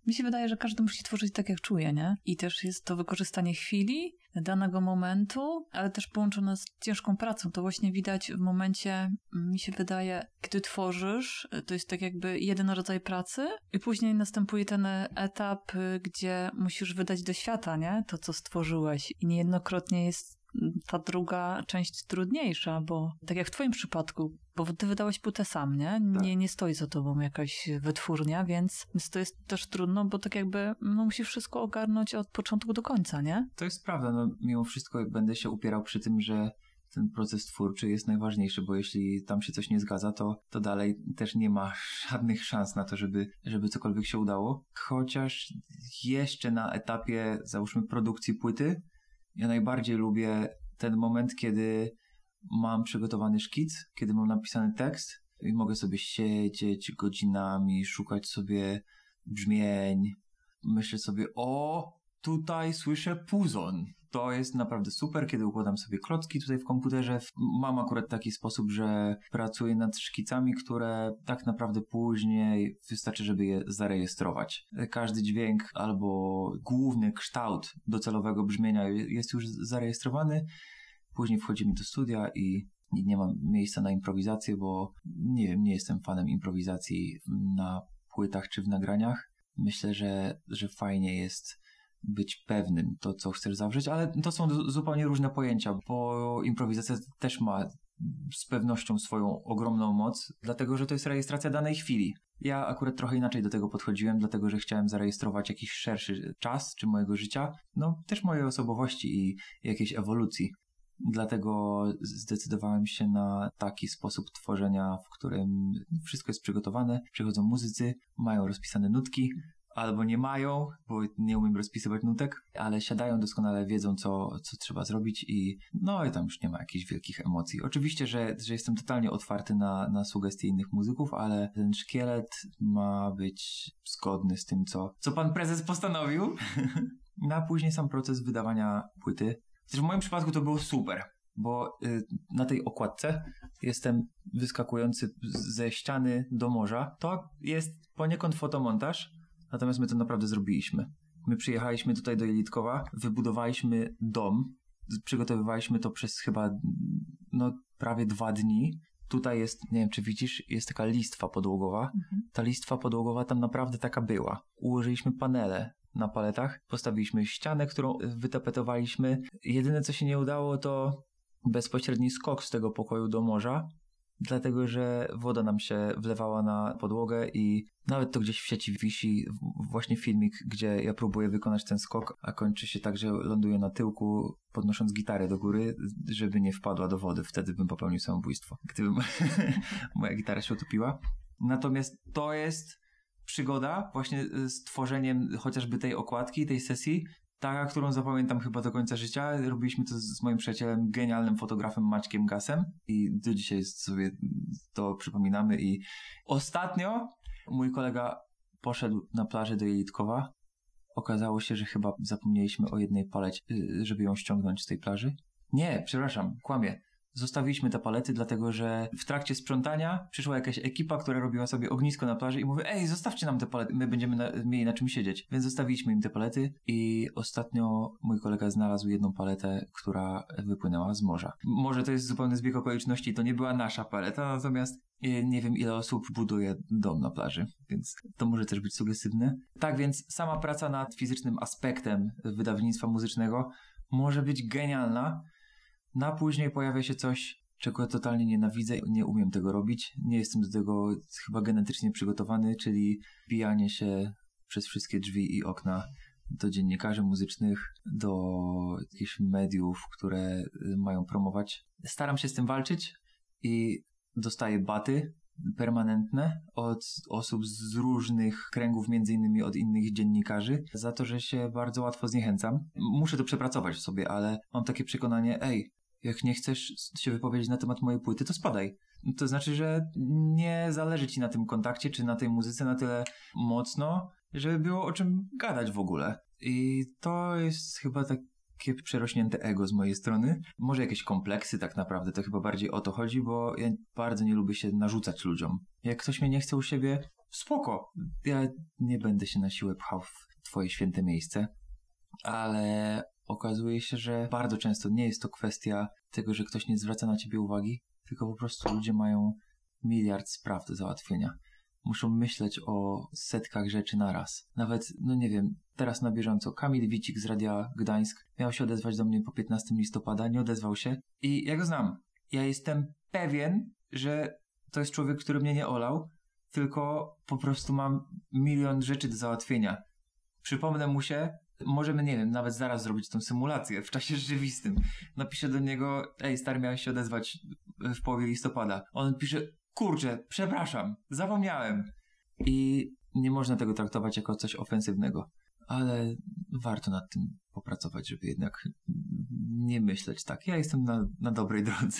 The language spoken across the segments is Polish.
Mi się wydaje, że każdy musi tworzyć tak, jak czuje, nie? I też jest to wykorzystanie chwili, danego momentu, ale też połączone z ciężką pracą. To właśnie widać w momencie, mi się wydaje, gdy tworzysz, to jest tak jakby jeden rodzaj pracy i później następuje ten etap, gdzie musisz wydać do świata, nie? To, co stworzyłeś. I niejednokrotnie jest ta druga część trudniejsza, bo tak jak w twoim przypadku, bo ty wydałeś płytę sam, nie? Nie stoi za tobą jakaś wytwórnia, więc to jest też trudno, bo tak jakby musisz wszystko ogarnąć od początku do końca, nie? To jest prawda, mimo wszystko będę się upierał przy tym, że ten proces twórczy jest najważniejszy, bo jeśli tam się coś nie zgadza, to dalej też nie ma żadnych szans na to, żeby cokolwiek się udało. Chociaż jeszcze na etapie, załóżmy, produkcji płyty, ja najbardziej lubię ten moment, kiedy mam przygotowany szkic, kiedy mam napisany tekst i mogę sobie siedzieć godzinami, szukać sobie brzmień. Myślę sobie, tutaj słyszę puzon. To jest naprawdę super, kiedy układam sobie klocki tutaj w komputerze. Mam akurat taki sposób, że pracuję nad szkicami, które tak naprawdę później wystarczy, żeby je zarejestrować. Każdy dźwięk albo główny kształt docelowego brzmienia jest już zarejestrowany. Później wchodzimy do studia i nie mam miejsca na improwizację, bo nie wiem, nie jestem fanem improwizacji na płytach czy w nagraniach. Myślę, że fajnie jest być pewnym to, co chcesz zawrzeć, ale to są zupełnie różne pojęcia, bo improwizacja też ma z pewnością swoją ogromną moc, dlatego, że to jest rejestracja danej chwili. Ja akurat trochę inaczej do tego podchodziłem, dlatego, że chciałem zarejestrować jakiś szerszy czas, czy mojego życia, też mojej osobowości i jakiejś ewolucji. Dlatego zdecydowałem się na taki sposób tworzenia, w którym wszystko jest przygotowane, przychodzą muzycy, mają rozpisane nutki, albo nie mają, bo nie umiem rozpisywać nutek, ale siadają doskonale, wiedzą co trzeba zrobić i tam już nie ma jakichś wielkich emocji. Oczywiście, że jestem totalnie otwarty na sugestie innych muzyków, ale ten szkielet ma być zgodny z tym, co pan prezes postanowił. A później sam proces wydawania płyty. W moim przypadku to było super, bo na tej okładce jestem wyskakujący ze ściany do morza. To jest poniekąd fotomontaż, natomiast my to naprawdę zrobiliśmy. My przyjechaliśmy tutaj do Jelitkowa, wybudowaliśmy dom, przygotowywaliśmy to przez chyba prawie 2 dni. Tutaj jest, nie wiem czy widzisz, jest taka listwa podłogowa. Ta listwa podłogowa tam naprawdę taka była. Ułożyliśmy panele na paletach, postawiliśmy ścianę, którą wytapetowaliśmy. Jedyne co się nie udało to bezpośredni skok z tego pokoju do morza, dlatego że woda nam się wlewała na podłogę i nawet to gdzieś w sieci wisi właśnie filmik, gdzie ja próbuję wykonać ten skok, a kończy się tak, że ląduję na tyłku, podnosząc gitarę do góry, żeby nie wpadła do wody. Wtedy bym popełnił samobójstwo, gdyby moja gitara się utopiła. Natomiast to jest przygoda właśnie z tworzeniem chociażby tej okładki, tej sesji, taka, którą zapamiętam chyba do końca życia. Robiliśmy to z moim przyjacielem, genialnym fotografem Maćkiem Gasem i do dzisiaj sobie to przypominamy. I ostatnio mój kolega poszedł na plażę do Jelitkowa. Okazało się, że chyba zapomnieliśmy o jednej palecie, żeby ją ściągnąć z tej plaży. Nie, przepraszam, kłamię. Zostawiliśmy te palety, dlatego że w trakcie sprzątania przyszła jakaś ekipa, która robiła sobie ognisko na plaży i mówi: ej, zostawcie nam te palety, my będziemy mieli na czym siedzieć. Więc zostawiliśmy im te palety i ostatnio mój kolega znalazł jedną paletę, która wypłynęła z morza. Może to jest zupełny zbieg okoliczności, to nie była nasza paleta, natomiast nie wiem ile osób buduje dom na plaży, więc to może też być sugestywne. Tak więc sama praca nad fizycznym aspektem wydawnictwa muzycznego może być genialna. A później pojawia się coś, czego ja totalnie nienawidzę, nie umiem tego robić, nie jestem do tego chyba genetycznie przygotowany, czyli bijanie się przez wszystkie drzwi i okna do dziennikarzy muzycznych, do jakichś mediów, które mają promować. Staram się z tym walczyć i dostaję baty permanentne od osób z różnych kręgów, między innymi od innych dziennikarzy, za to, że się bardzo łatwo zniechęcam. Muszę to przepracować w sobie, ale mam takie przekonanie, jak nie chcesz się wypowiedzieć na temat mojej płyty, to spadaj. To znaczy, że nie zależy ci na tym kontakcie, czy na tej muzyce na tyle mocno, żeby było o czym gadać w ogóle. I to jest chyba takie przerośnięte ego z mojej strony. Może jakieś kompleksy tak naprawdę, to chyba bardziej o to chodzi, bo ja bardzo nie lubię się narzucać ludziom. Jak ktoś mnie nie chce u siebie, spoko. Ja nie będę się na siłę pchał w twoje święte miejsce, ale okazuje się, że bardzo często nie jest to kwestia tego, że ktoś nie zwraca na ciebie uwagi, tylko po prostu ludzie mają miliard spraw do załatwienia. Muszą myśleć o setkach rzeczy naraz. Nawet, no nie wiem, teraz na bieżąco Kamil Wicik z Radia Gdańsk miał się odezwać do mnie po 15 listopada, nie odezwał się i ja go znam. Ja jestem pewien, że to jest człowiek, który mnie nie olał, tylko po prostu mam milion rzeczy do załatwienia. Przypomnę mu się, możemy, nie wiem, nawet zaraz zrobić tą symulację w czasie rzeczywistym. Napiszę do niego, ej stary, miałeś się odezwać w połowie listopada. On pisze, kurczę, przepraszam, zapomniałem. I nie można tego traktować jako coś ofensywnego. Ale warto nad tym popracować, żeby jednak nie myśleć tak. Ja jestem na dobrej drodze.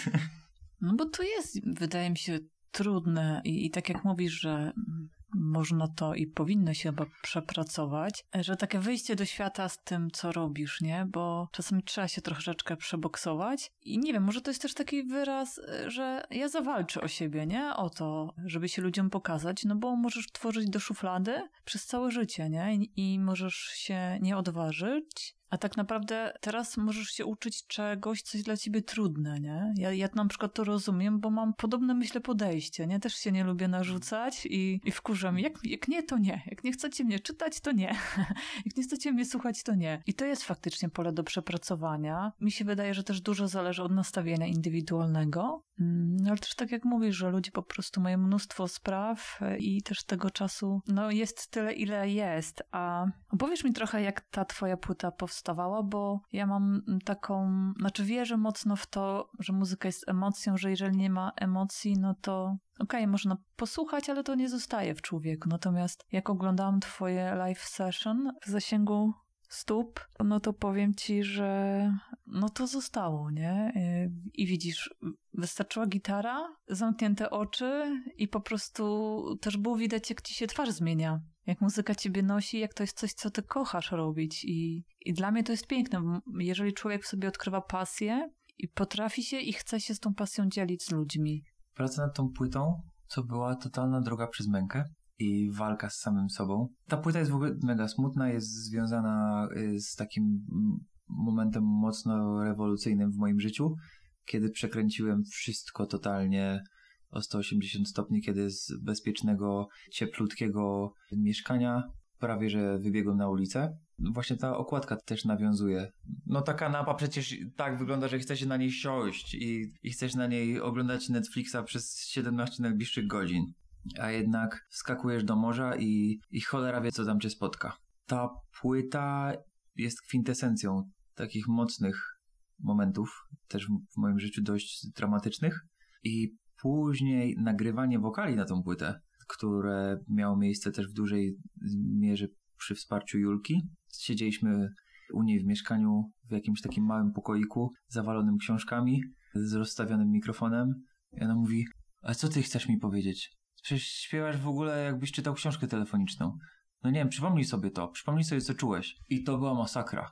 No bo to jest, wydaje mi się, trudne i tak jak mówisz, że można to i powinno się chyba przepracować, że takie wyjście do świata z tym, co robisz, nie? Bo czasem trzeba się troszeczkę przeboksować i nie wiem, może to jest też taki wyraz, że ja zawalczę o siebie, nie? O to, żeby się ludziom pokazać, no bo możesz tworzyć do szuflady przez całe życie, nie? I możesz się nie odważyć, a tak naprawdę teraz możesz się uczyć czegoś, co jest dla ciebie trudne, nie? Ja na przykład to rozumiem, bo mam podobne, myślę, podejście, nie? Też się nie lubię narzucać i wkurzam. Jak nie, to nie. Jak nie chcecie mnie czytać, to nie. Jak nie chcecie mnie słuchać, to nie. I to jest faktycznie pole do przepracowania. Mi się wydaje, że też dużo zależy od nastawienia indywidualnego, ale też tak jak mówisz, że ludzie po prostu mają mnóstwo spraw i też tego czasu, no jest tyle, ile jest. A opowiesz mi trochę, jak ta twoja płyta powstawała, bo ja mam taką, znaczy wierzę mocno w to, że muzyka jest emocją, że jeżeli nie ma emocji, no to okej, można posłuchać, ale to nie zostaje w człowieku. Natomiast jak oglądałam twoje live session w zasięgu stóp, no to powiem ci, że no to zostało, nie? I widzisz, wystarczyła gitara, zamknięte oczy i po prostu też było widać, jak ci się twarz zmienia. Jak muzyka ciebie nosi, jak to jest coś, co ty kochasz robić. I dla mnie to jest piękne, jeżeli człowiek w sobie odkrywa pasję i potrafi się i chce się z tą pasją dzielić z ludźmi. Praca nad tą płytą, co była totalna droga przez mękę i walka z samym sobą. Ta płyta jest w ogóle mega smutna, jest związana z takim momentem mocno rewolucyjnym w moim życiu, kiedy przekręciłem wszystko totalnie o 180 stopni, kiedy z bezpiecznego, cieplutkiego mieszkania prawie że wybiegłem na ulicę. Właśnie ta okładka też nawiązuje. No ta kanapa przecież tak wygląda, że chce się na niej siąść i chcesz na niej oglądać Netflixa przez 17 najbliższych godzin. A jednak wskakujesz do morza i cholera wie, co tam cię spotka. Ta płyta jest kwintesencją takich mocnych momentów, też w moim życiu dość dramatycznych. I później nagrywanie wokali na tą płytę, które miało miejsce też w dużej mierze przy wsparciu Julki. Siedzieliśmy u niej w mieszkaniu w jakimś takim małym pokoiku zawalonym książkami z rozstawionym mikrofonem. I ona mówi, a co ty chcesz mi powiedzieć? Przecież śpiewasz w ogóle jakbyś czytał książkę telefoniczną. No nie wiem, przypomnij sobie, co czułeś. I to była masakra.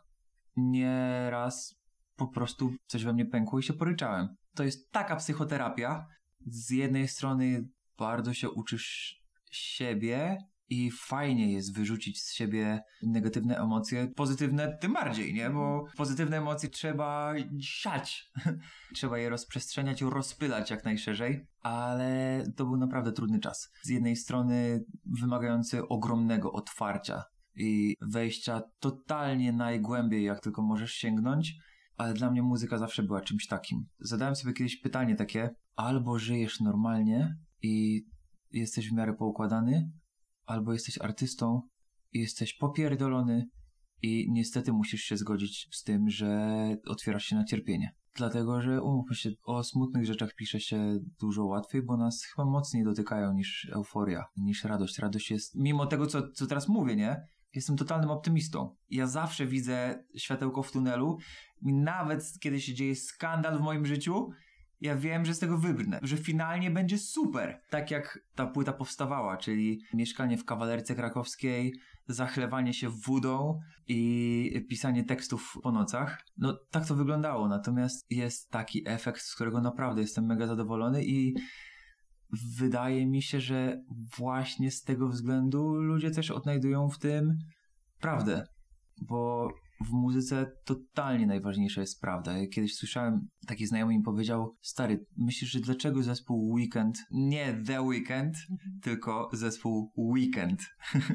Nieraz po prostu coś we mnie pękło i się poryczałem. To jest taka psychoterapia. Z jednej strony bardzo się uczysz siebie i fajnie jest wyrzucić z siebie negatywne emocje, pozytywne tym bardziej, nie? Bo pozytywne emocje trzeba siać. Trzeba je rozprzestrzeniać, rozpylać jak najszerzej, ale to był naprawdę trudny czas. Z jednej strony wymagający ogromnego otwarcia i wejścia totalnie najgłębiej, jak tylko możesz sięgnąć, ale dla mnie muzyka zawsze była czymś takim. Zadałem sobie kiedyś pytanie takie, albo żyjesz normalnie i jesteś w miarę poukładany, albo jesteś artystą i jesteś popierdolony i niestety musisz się zgodzić z tym, że otwierasz się na cierpienie. Dlatego, że umówmy się, o smutnych rzeczach pisze się dużo łatwiej, bo nas chyba mocniej dotykają niż euforia, niż radość. Radość jest, mimo tego, co teraz mówię, nie? Jestem totalnym optymistą. Ja zawsze widzę światełko w tunelu i nawet kiedy się dzieje skandal w moim życiu, ja wiem, że z tego wybrnę, że finalnie będzie super. Tak jak ta płyta powstawała, czyli mieszkanie w kawalerce krakowskiej, zachlewanie się wodą i pisanie tekstów po nocach. No tak to wyglądało, natomiast jest taki efekt, z którego naprawdę jestem mega zadowolony i wydaje mi się, że właśnie z tego względu ludzie też odnajdują w tym prawdę, bo w muzyce totalnie najważniejsza jest prawda. Ja kiedyś słyszałem, taki znajomy mi powiedział, stary, myślisz, że dlaczego zespół Weekend, nie The Weekend, tylko zespół Weekend,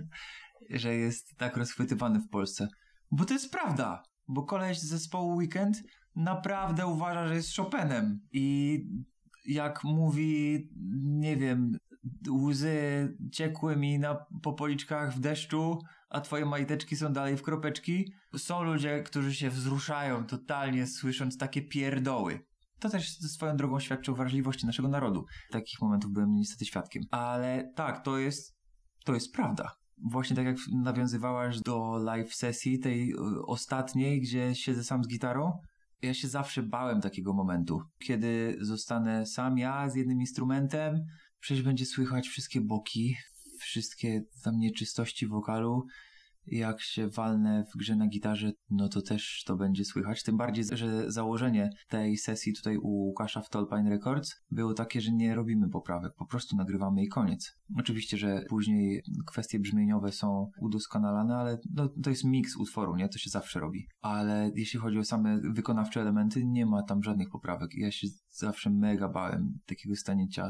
że jest tak rozchwytywany w Polsce? Bo to jest prawda, bo koleś z zespołu Weekend naprawdę uważa, że jest Chopinem i jak mówi, nie wiem, łzy ciekły mi po policzkach w deszczu, a twoje majteczki są dalej w kropeczki. Są ludzie, którzy się wzruszają totalnie, słysząc takie pierdoły. To też ze swoją drogą świadczy o wrażliwości naszego narodu. Takich momentów byłem niestety świadkiem. Ale tak, to jest prawda. Właśnie tak jak nawiązywałaś do live sesji, tej ostatniej, gdzie siedzę sam z gitarą, ja się zawsze bałem takiego momentu, kiedy zostanę sam ja z jednym instrumentem, przecież będzie słychać wszystkie boki, wszystkie tam nieczystości wokalu. Jak się walnę w grze na gitarze, no to też to będzie słychać. Tym bardziej, że założenie tej sesji tutaj u Łukasza w Tallpine Records było takie, że nie robimy poprawek, po prostu nagrywamy i koniec. Oczywiście, że później kwestie brzmieniowe są udoskonalane, ale no, to jest miks utworu, nie? To się zawsze robi. Ale jeśli chodzi o same wykonawcze elementy, nie ma tam żadnych poprawek. Ja się zawsze mega bałem takiego stanięcia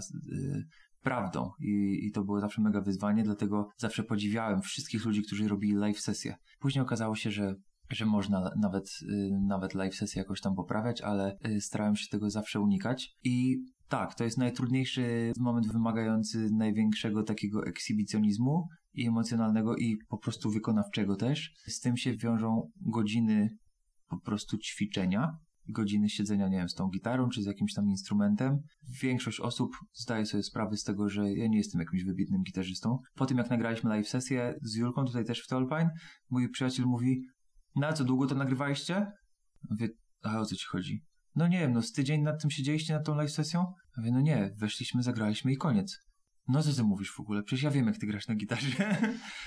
prawdą i to było zawsze mega wyzwanie, dlatego zawsze podziwiałem wszystkich ludzi, którzy robili live sesje. Później okazało się, że można nawet live sesję jakoś tam poprawiać, ale starałem się tego zawsze unikać i tak, to jest najtrudniejszy moment wymagający największego takiego ekshibicjonizmu i emocjonalnego i po prostu wykonawczego też. Z tym się wiążą godziny po prostu ćwiczenia, godziny siedzenia, nie wiem, z tą gitarą czy z jakimś tam instrumentem. Większość osób zdaje sobie sprawę z tego, że ja nie jestem jakimś wybitnym gitarzystą. Po tym jak nagraliśmy live sesję z Julką tutaj też w Tallpine, mój przyjaciel mówi: na co, długo to nagrywaliście? Mówię: a o co ci chodzi? No nie wiem, no z tydzień nad tym siedzieliście, nad tą live sesją? Mówię: no nie, weszliśmy, zagraliśmy i koniec. No co ty mówisz w ogóle? Przecież ja wiem, jak ty grasz na gitarze.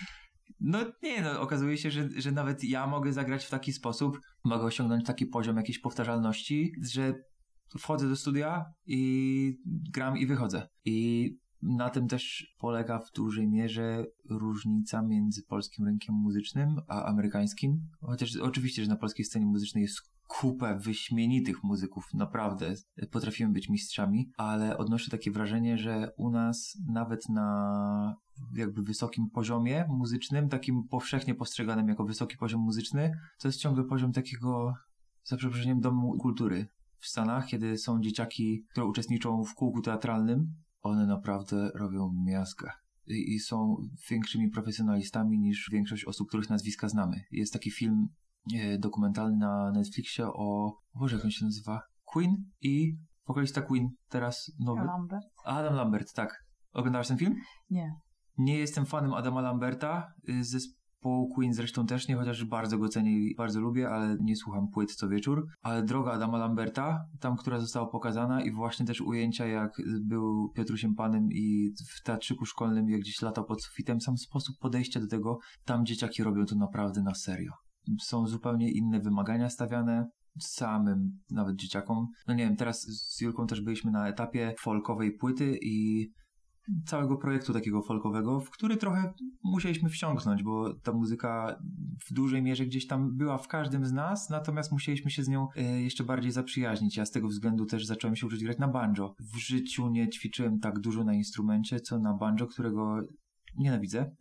No nie, no okazuje się, że nawet ja mogę zagrać w taki sposób, mogę osiągnąć taki poziom jakiejś powtarzalności, że wchodzę do studia i gram i wychodzę. I na tym też polega w dużej mierze różnica między polskim rynkiem muzycznym a amerykańskim. Chociaż oczywiście, że na polskiej scenie muzycznej jest kupę wyśmienitych muzyków, naprawdę potrafimy być mistrzami, ale odnoszę takie wrażenie, że u nas nawet na jakby wysokim poziomie muzycznym, takim powszechnie postrzeganym jako wysoki poziom muzyczny, to jest ciągle poziom takiego, za przeproszeniem, domu kultury. W Stanach, kiedy są dzieciaki, które uczestniczą w kółku teatralnym, one naprawdę robią miazgę. I są większymi profesjonalistami niż większość osób, których nazwiska znamy. Jest taki film dokumentalny na Netflixie Boże, jak on się nazywa? Queen i wokalista Queen, teraz nowy. Adam Lambert, tak. Oglądałeś ten film? Nie. Nie jestem fanem Adama Lamberta, zespołu Queen zresztą też nie, chociaż bardzo go cenię i bardzo lubię, ale nie słucham płyt co wieczór. Ale droga Adama Lamberta, tam, która została pokazana i właśnie też ujęcia, jak był Piotrusiem Panem i w teatrzyku szkolnym, jak gdzieś latał pod sufitem, sam sposób podejścia do tego, tam dzieciaki robią to naprawdę na serio. Są zupełnie inne wymagania stawiane samym nawet dzieciakom. No nie wiem, teraz z Julką też byliśmy na etapie folkowej płyty i całego projektu takiego folkowego, w który trochę musieliśmy wsiąknąć, bo ta muzyka w dużej mierze gdzieś tam była w każdym z nas, natomiast musieliśmy się z nią jeszcze bardziej zaprzyjaźnić. Ja z tego względu też zacząłem się uczyć grać na banjo. W życiu nie ćwiczyłem tak dużo na instrumencie, co na banjo, którego nienawidzę.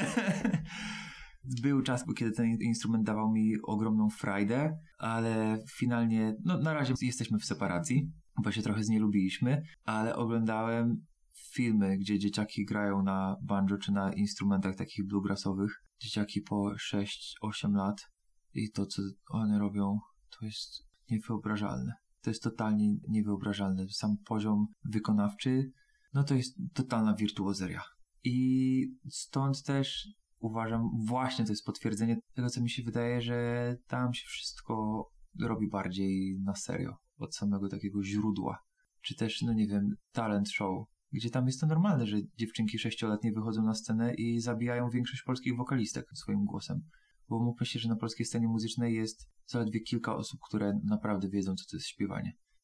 Był czas, kiedy ten instrument dawał mi ogromną frajdę, ale finalnie, no na razie jesteśmy w separacji, bo się trochę znielubiliśmy, ale oglądałem filmy, gdzie dzieciaki grają na banjo czy na instrumentach takich bluegrassowych. Dzieciaki po 6-8 lat i to, co one robią, to jest niewyobrażalne. To jest totalnie niewyobrażalne. Sam poziom wykonawczy, no to jest totalna wirtuozeria. I stąd też uważam, właśnie to jest potwierdzenie tego, co mi się wydaje, że tam się wszystko robi bardziej na serio, od samego takiego źródła. Czy też, no nie wiem, talent show, gdzie tam jest to normalne, że dziewczynki 6-letnie wychodzą na scenę i zabijają większość polskich wokalistek swoim głosem. Bo mówmy się, że na polskiej scenie muzycznej jest zaledwie kilka osób, które naprawdę wiedzą, co to jest śpiewanie.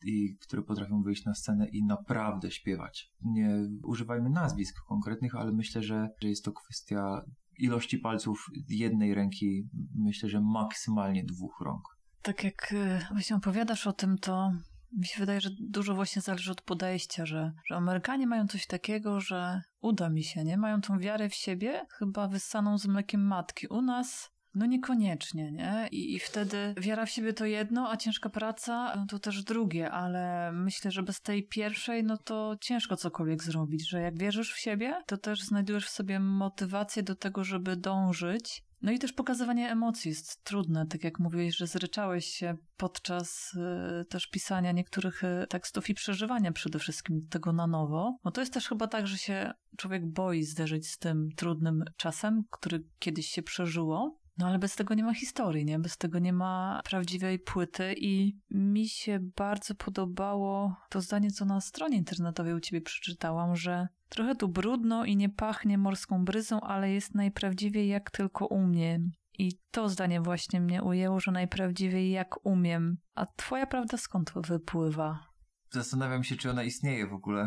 i które potrafią wyjść na scenę i naprawdę śpiewać. Nie używajmy nazwisk konkretnych, ale myślę, że jest to kwestia ilości palców jednej ręki, myślę, że maksymalnie 2 rąk. Tak jak właśnie opowiadasz o tym, to mi się wydaje, że dużo właśnie zależy od podejścia, że Amerykanie mają coś takiego, że uda mi się, nie? Mają tą wiarę w siebie, chyba wyssaną z mlekiem matki. U nas no niekoniecznie, nie? I wtedy wiara w siebie to jedno, a ciężka praca no to też drugie, ale myślę, że bez tej pierwszej, no to ciężko cokolwiek zrobić, że jak wierzysz w siebie, to też znajdujesz w sobie motywację do tego, żeby dążyć. No i też pokazywanie emocji jest trudne, tak jak mówiłeś, że zryczałeś się podczas też pisania niektórych tekstów i przeżywania przede wszystkim tego na nowo. No to jest też chyba tak, że się człowiek boi zderzyć z tym trudnym czasem, który kiedyś się przeżyło. No ale bez tego nie ma historii, nie? Bez tego nie ma prawdziwej płyty i mi się bardzo podobało to zdanie, co na stronie internetowej u ciebie przeczytałam, że trochę tu brudno i nie pachnie morską bryzą, ale jest najprawdziwiej jak tylko umiem. I to zdanie właśnie mnie ujęło, że najprawdziwiej jak umiem. A twoja prawda skąd wypływa? Zastanawiam się, czy ona istnieje w ogóle.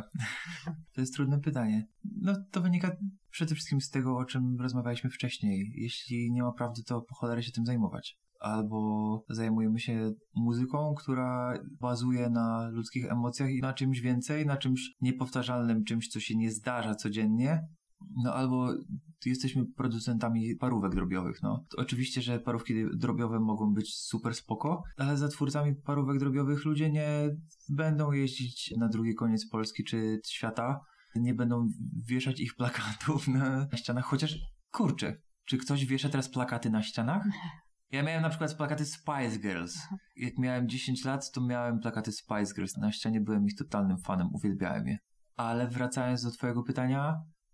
To jest trudne pytanie. No to wynika przede wszystkim z tego, o czym rozmawialiśmy wcześniej. Jeśli nie ma prawdy, to po cholerę się tym zajmować. Albo zajmujemy się muzyką, która bazuje na ludzkich emocjach i na czymś więcej, na czymś niepowtarzalnym, czymś, co się nie zdarza codziennie. No albo jesteśmy producentami parówek drobiowych, no. To oczywiście, że parówki drobiowe mogą być super spoko, ale za twórcami parówek drobiowych ludzie nie będą jeździć na drugi koniec Polski czy świata, nie będą wieszać ich plakatów na ścianach, chociaż kurczę, czy ktoś wiesza teraz plakaty na ścianach? Ja miałem na przykład plakaty Spice Girls. Jak miałem 10 lat, to miałem plakaty Spice Girls na ścianie, byłem ich totalnym fanem, uwielbiałem je. Ale wracając do twojego pytania,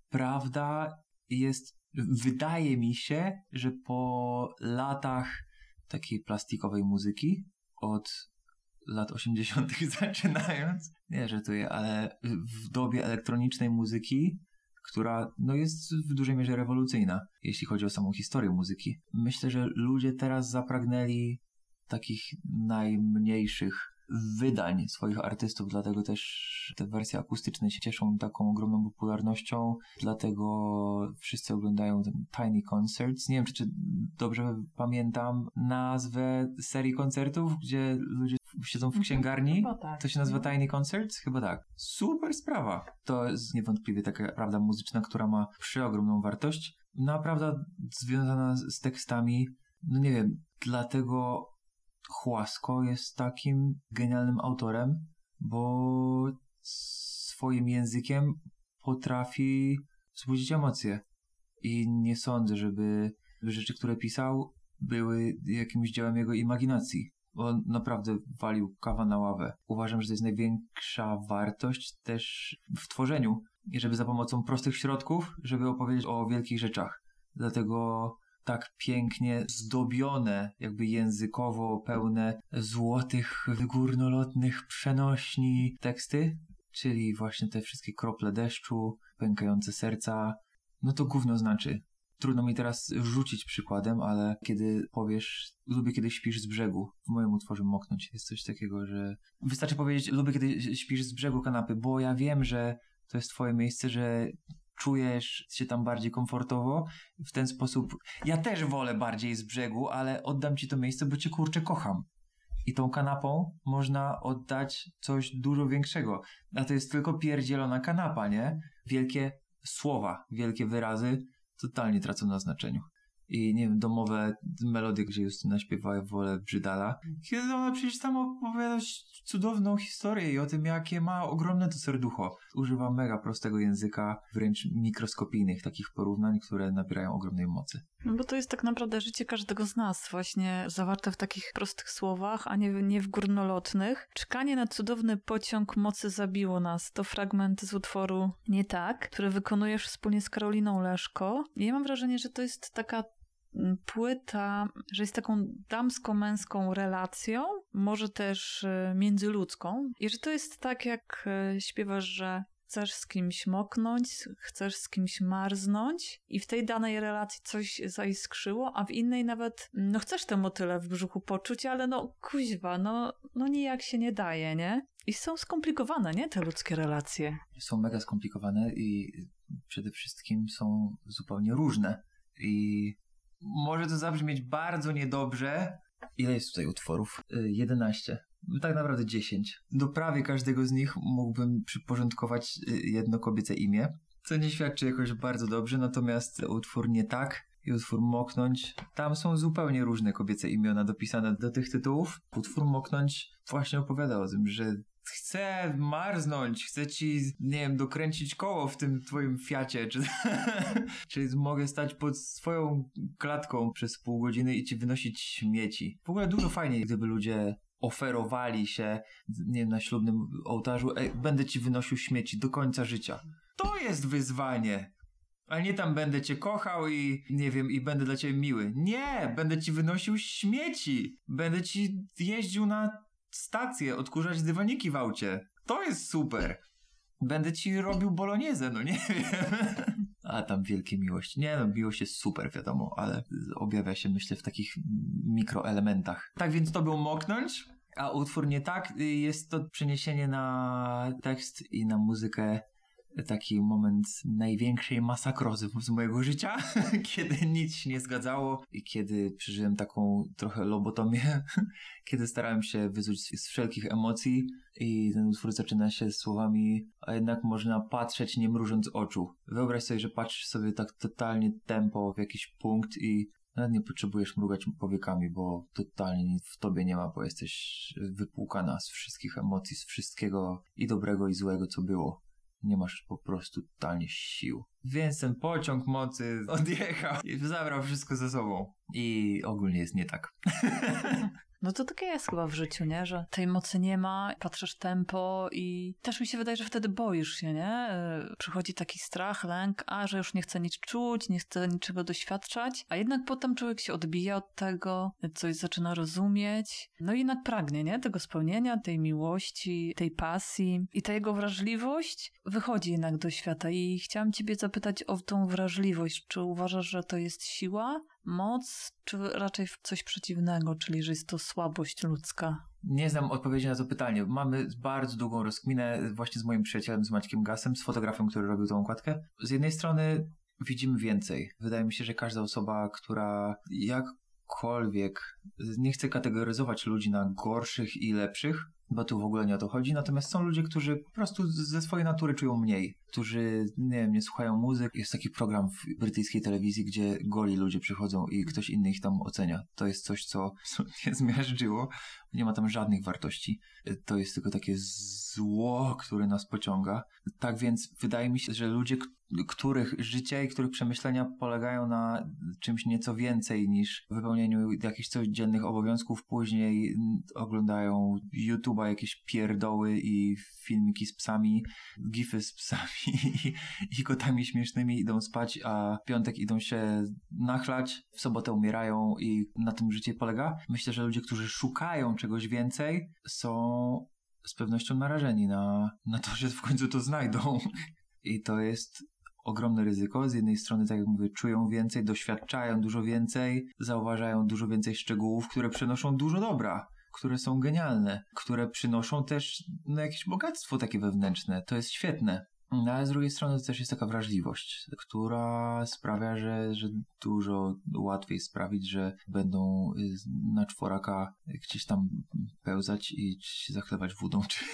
prawda jest, wydaje mi się, że po latach takiej plastikowej muzyki, od lat 80. zaczynając, nie żartuję, ale w dobie elektronicznej muzyki, która no jest w dużej mierze rewolucyjna, jeśli chodzi o samą historię muzyki. Myślę, że ludzie teraz zapragnęli takich najmniejszych wydań swoich artystów, dlatego też te wersje akustyczne się cieszą taką ogromną popularnością, dlatego wszyscy oglądają ten Tiny Concerts. Nie wiem, czy dobrze pamiętam nazwę serii koncertów, gdzie ludzie siedzą w księgarni. Tak. To się nazywa Tiny Concerts? Chyba tak. Super sprawa. To jest niewątpliwie taka prawda muzyczna, która ma przeogromną wartość. Prawda związana z tekstami, no nie wiem, dlatego Chłasko jest takim genialnym autorem, bo swoim językiem potrafi wzbudzić emocje. I nie sądzę, żeby rzeczy, które pisał, były jakimś dziełem jego imaginacji. On naprawdę walił kawa na ławę. Uważam, że to jest największa wartość też w tworzeniu. I żeby za pomocą prostych środków, żeby opowiedzieć o wielkich rzeczach. Dlatego tak pięknie zdobione, jakby językowo pełne złotych, górnolotnych przenośni teksty, czyli właśnie te wszystkie krople deszczu, pękające serca, no to gówno znaczy. Trudno mi teraz rzucić przykładem, ale kiedy powiesz, lubię kiedy śpisz z brzegu, w moim utworze Moknąć jest coś takiego, że wystarczy powiedzieć, lubię kiedy śpisz z brzegu kanapy, bo ja wiem, że to jest twoje miejsce, że czujesz się tam bardziej komfortowo. W ten sposób ja też wolę bardziej z brzegu, ale oddam ci to miejsce, bo cię kurczę kocham. I tą kanapą można oddać coś dużo większego. A to jest tylko pierdzielona kanapa, nie? Wielkie słowa, wielkie wyrazy totalnie tracą na znaczeniu. I nie wiem, domowe melodie, gdzie Justyna śpiewa Wolę Brzydala. Kiedy ona przecież tam opowiada cudowną historię i o tym, jakie ma ogromne to serducho. Używa mega prostego języka, wręcz mikroskopijnych takich porównań, które nabierają ogromnej mocy. No bo to jest tak naprawdę życie każdego z nas, właśnie zawarte w takich prostych słowach, a nie w górnolotnych. Czekanie na cudowny pociąg mocy zabiło nas. To fragment z utworu Nie tak, który wykonujesz wspólnie z Karoliną Leszko. I ja mam wrażenie, że to jest taka płyta, że jest taką damsko-męską relacją, może też międzyludzką. I że to jest tak, jak śpiewasz, że chcesz z kimś moknąć, chcesz z kimś marznąć i w tej danej relacji coś zaiskrzyło, a w innej nawet, no chcesz te motyle w brzuchu poczuć, ale no kuźwa, no nijak się nie daje, nie? I są skomplikowane, nie? Te ludzkie relacje. Są mega skomplikowane i przede wszystkim są zupełnie różne. I może to zabrzmieć bardzo niedobrze. Ile jest tutaj utworów? 11. Tak naprawdę 10. Do prawie każdego z nich mógłbym przyporządkować jedno kobiece imię, co nie świadczy jakoś bardzo dobrze, natomiast utwór Nie tak i utwór Moknąć, tam są zupełnie różne kobiece imiona dopisane do tych tytułów. Utwór Moknąć właśnie opowiada o tym, że chcę marznąć, chcę ci, nie wiem, dokręcić koło w tym twoim Fiacie, czy mogę stać pod swoją klatką przez pół godziny i ci wynosić śmieci. W ogóle dużo fajniej, gdyby ludzie oferowali się, nie wiem, na ślubnym ołtarzu, będę ci wynosił śmieci do końca życia. To jest wyzwanie. A nie tam będę cię kochał i nie wiem, i będę dla ciebie miły. Nie, będę ci wynosił śmieci. Będę ci jeździł na stację, odkurzać dywaniki w aucie. To jest super. Będę ci robił bolognese, no nie wiem. A tam wielkie miłości. Nie no, miłość jest super, wiadomo, ale objawia się, myślę, w takich mikroelementach. Tak więc to był Moknąć, a utwór Nie tak jest to przeniesienie na tekst i na muzykę. Taki moment największej masakrozy z mojego życia, kiedy nic się nie zgadzało i kiedy przeżyłem taką trochę lobotomię, kiedy starałem się wyzuć z wszelkich emocji i ten utwór zaczyna się słowami, a jednak można patrzeć nie mrużąc oczu. Wyobraź sobie, że patrzysz sobie tak totalnie tempo w jakiś punkt i nawet nie potrzebujesz mrugać powiekami, bo totalnie nic w tobie nie ma, bo jesteś wypłukana z wszystkich emocji, z wszystkiego i dobrego i złego, co było. Nie masz po prostu totalnie sił. Więc ten pociąg mocy odjechał i zabrał wszystko ze sobą. I ogólnie jest nie tak. No to takie jest chyba w życiu, nie? Że tej mocy nie ma, patrzysz tempo i też mi się wydaje, że wtedy boisz się, nie? Przychodzi taki strach, lęk, że już nie chcę nic czuć, nie chcę niczego doświadczać, a jednak potem człowiek się odbija od tego, coś zaczyna rozumieć, no i jednak pragnie, nie? Tego spełnienia, tej miłości, tej pasji i ta jego wrażliwość wychodzi jednak do świata i chciałam ciebie zapytać o tą wrażliwość. Czy uważasz, że to jest siła, moc, czy raczej coś przeciwnego, czyli że jest to słabość ludzka? Nie znam odpowiedzi na to pytanie. Mamy bardzo długą rozkminę właśnie z moim przyjacielem, z Maćkiem Gasem, z fotografem, który robił tą okładkę. Z jednej strony widzimy więcej. Wydaje mi się, że każda osoba, która jakkolwiek, nie chce kategoryzować ludzi na gorszych i lepszych, bo tu w ogóle nie o to chodzi, natomiast są ludzie, którzy po prostu ze swojej natury czują mniej, którzy, nie wiem, nie słuchają muzyk. Jest taki program w brytyjskiej telewizji, gdzie goli ludzie przychodzą i ktoś inny ich tam ocenia. To jest coś, co mnie zmiażdżyło. Nie ma tam żadnych wartości. To jest tylko takie zło, które nas pociąga. Tak więc wydaje mi się, że ludzie, których życie i których przemyślenia polegają na czymś nieco więcej niż wypełnieniu jakichś codziennych obowiązków, później oglądają YouTube'a, jakieś pierdoły i filmiki z psami, gify z psami i kotami śmiesznymi, idą spać, a w piątek idą się nachlać, w sobotę umierają i na tym życie polega. Myślę, że ludzie, którzy szukają czegoś więcej, są z pewnością narażeni na to, że w końcu to znajdą. I to jest ogromne ryzyko. Z jednej strony, tak jak mówię, czują więcej, doświadczają dużo więcej, zauważają dużo więcej szczegółów, które przynoszą dużo dobra, które są genialne, które przynoszą też jakieś bogactwo takie wewnętrzne. To jest świetne. No, ale z drugiej strony to też jest taka wrażliwość, która sprawia, że dużo łatwiej sprawić, że będą na czworaka gdzieś tam pełzać i się zachlewać wodą, czy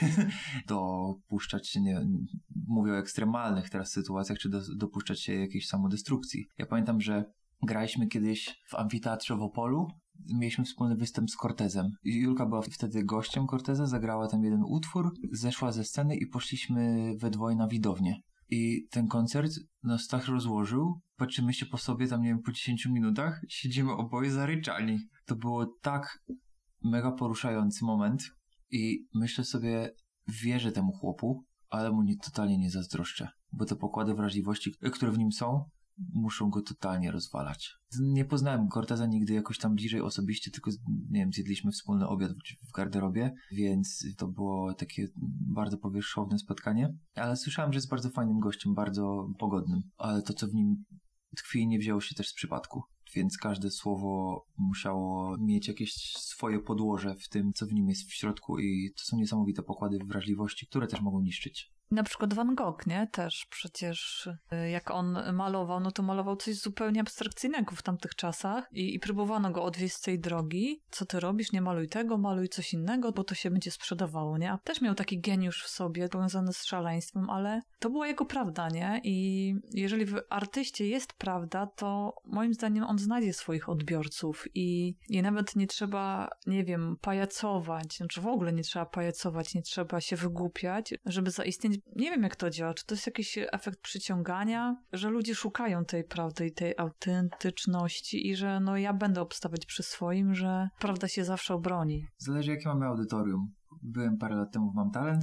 dopuszczać się, nie mówię o ekstremalnych teraz sytuacjach, czy dopuszczać się jakiejś samodestrukcji. Ja pamiętam, że graliśmy kiedyś w amfiteatrze w Opolu. Mieliśmy wspólny występ z Cortezem. Julka była wtedy gościem Corteza, zagrała tam jeden utwór, zeszła ze sceny i poszliśmy we dwoje na widownię. I ten koncert nas tak rozłożył, patrzymy się po sobie tam, nie wiem, po 10 minutach, siedzimy oboje zaryczani. To było tak mega poruszający moment i myślę sobie, wierzę temu chłopu, ale mu totalnie nie zazdroszczę, bo te pokłady wrażliwości, które w nim są, muszą go totalnie rozwalać. Nie poznałem Corteza nigdy jakoś tam bliżej osobiście, tylko nie wiem, zjedliśmy wspólny obiad w garderobie, więc to było takie bardzo powierzchowne spotkanie, ale słyszałem, że jest bardzo fajnym gościem, bardzo pogodnym, ale to, co w nim tkwi, nie wzięło się też z przypadku. Więc każde słowo musiało mieć jakieś swoje podłoże w tym, co w nim jest w środku i to są niesamowite pokłady wrażliwości, które też mogą niszczyć. Na przykład Van Gogh, nie? Też przecież jak on malował, no to malował coś zupełnie abstrakcyjnego w tamtych czasach i próbowano go odwieźć z tej drogi. Co ty robisz? Nie maluj tego, maluj coś innego, bo to się będzie sprzedawało, nie? A też miał taki geniusz w sobie, powiązany z szaleństwem, ale to była jego prawda, nie? I jeżeli w artyście jest prawda, to moim zdaniem on znajdzie swoich odbiorców i nawet nie trzeba, nie wiem, pajacować, znaczy w ogóle nie trzeba pajacować, nie trzeba się wygłupiać, żeby zaistnieć. Nie wiem, jak to działa. Czy to jest jakiś efekt przyciągania, że ludzie szukają tej prawdy i tej autentyczności i że no ja będę obstawiać przy swoim, że prawda się zawsze obroni. Zależy, jakie mamy audytorium. Byłem parę lat temu w Mam Talent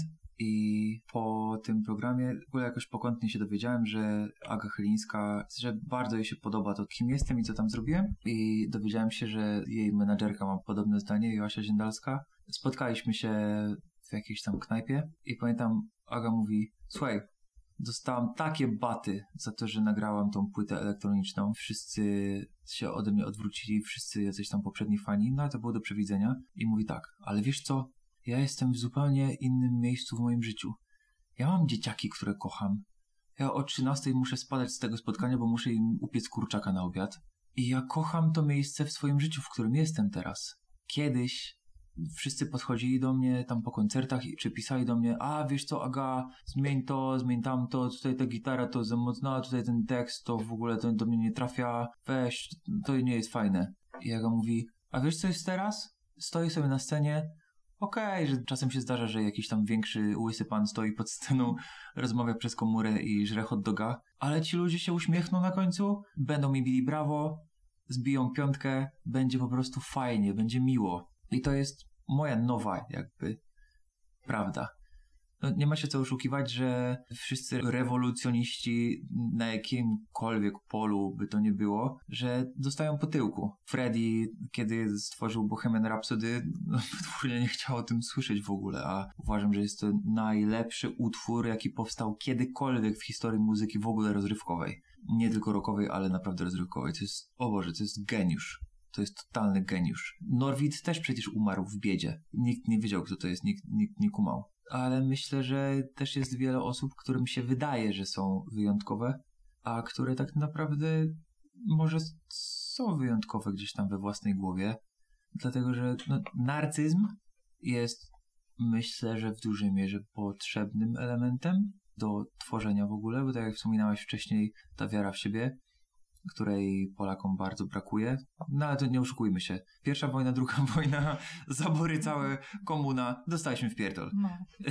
i po tym programie w ogóle jakoś pokątnie się dowiedziałem, że Aga Chylińska, że bardzo jej się podoba to, kim jestem i co tam zrobiłem, i dowiedziałem się, że jej menadżerka ma podobne zdanie, Joasia Ziendalska. Spotkaliśmy się w jakiejś tam knajpie i pamiętam, Aga mówi: słuchaj, dostałam takie baty za to, że nagrałam tą płytę elektroniczną. Wszyscy się ode mnie odwrócili, wszyscy jacyś tam poprzedni fani, no ale to było do przewidzenia. I mówi tak: ale wiesz co, ja jestem w zupełnie innym miejscu w moim życiu. Ja mam dzieciaki, które kocham. Ja o 13:00 muszę spadać z tego spotkania, bo muszę im upiec kurczaka na obiad. I ja kocham to miejsce w swoim życiu, w którym jestem teraz. Kiedyś wszyscy podchodzili do mnie tam po koncertach czy pisali do mnie: a wiesz co, Aga, zmień to, zmień tamto, tutaj ta gitara to za mocno, a tutaj ten tekst to w ogóle to do mnie nie trafia, weź, to nie jest fajne. I Aga mówi: a wiesz co jest teraz? Stoi sobie na scenie, okej, że czasem się zdarza, że jakiś tam większy łysy pan stoi pod sceną, rozmawia przez komórę i żre hot doga, ale ci ludzie się uśmiechną na końcu, będą mi bili brawo, zbiją piątkę, będzie po prostu fajnie, będzie miło. I to jest moja nowa jakby prawda. No, nie ma się co oszukiwać, że wszyscy rewolucjoniści na jakimkolwiek polu by to nie było, że dostają po tyłku. Freddie, kiedy stworzył Bohemian Rhapsody, no, potwórnie nie chciał o tym słyszeć w ogóle, a uważam, że jest to najlepszy utwór, jaki powstał kiedykolwiek w historii muzyki w ogóle rozrywkowej. Nie tylko rockowej, ale naprawdę rozrywkowej. To jest, o Boże, to jest geniusz. To jest totalny geniusz. Norwid też przecież umarł w biedzie. Nikt nie wiedział, kto to jest, nikt nie kumał. Ale myślę, że też jest wiele osób, którym się wydaje, że są wyjątkowe, a które tak naprawdę może są wyjątkowe gdzieś tam we własnej głowie. Dlatego, że narcyzm jest, myślę, że w dużej mierze potrzebnym elementem do tworzenia w ogóle, bo tak jak wspominałaś wcześniej, ta wiara w siebie, której Polakom bardzo brakuje. No ale to nie oszukujmy się. Pierwsza wojna, druga wojna, zabory całe, komuna, dostaliśmy w pierdol. No.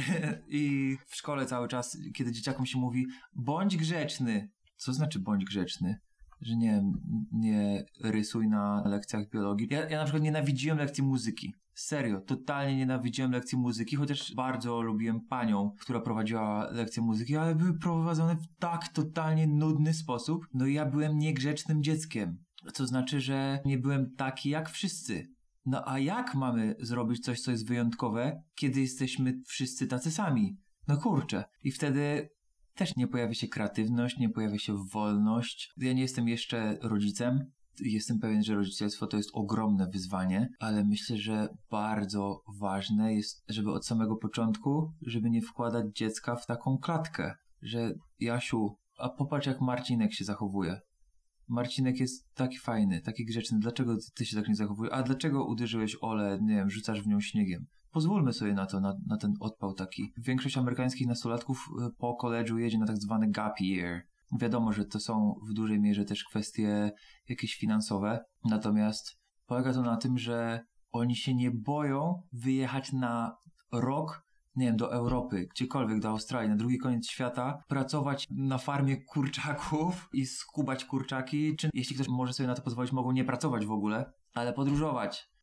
I w szkole cały czas, kiedy dzieciakom się mówi: bądź grzeczny. Co znaczy bądź grzeczny? Że nie rysuj na lekcjach biologii. Ja na przykład nienawidziłem lekcji muzyki. Serio, totalnie nienawidziłem lekcji muzyki, chociaż bardzo lubiłem panią, która prowadziła lekcje muzyki, ale były prowadzone w tak totalnie nudny sposób. No i ja byłem niegrzecznym dzieckiem. To znaczy, że nie byłem taki jak wszyscy. No a jak mamy zrobić coś, co jest wyjątkowe, kiedy jesteśmy wszyscy tacy sami? No kurczę. I wtedy też nie pojawia się kreatywność, nie pojawia się wolność. Ja nie jestem jeszcze rodzicem. Jestem pewien, że rodzicielstwo to jest ogromne wyzwanie, ale myślę, że bardzo ważne jest, żeby od samego początku, żeby nie wkładać dziecka w taką klatkę, że Jasiu, a popatrz jak Marcinek się zachowuje. Marcinek jest taki fajny, taki grzeczny, dlaczego ty się tak nie zachowujesz? A dlaczego uderzyłeś Olę, nie wiem, rzucasz w nią śniegiem? Pozwólmy sobie na to, na ten odpał taki. Większość amerykańskich nastolatków po koledżu jedzie na tak zwany gap year. Wiadomo, że to są w dużej mierze też kwestie jakieś finansowe, natomiast polega to na tym, że oni się nie boją wyjechać na rok, nie wiem, do Europy, gdziekolwiek, do Australii, na drugi koniec świata, pracować na farmie kurczaków i skubać kurczaki, czy jeśli ktoś może sobie na to pozwolić, mogą nie pracować w ogóle, ale podróżować.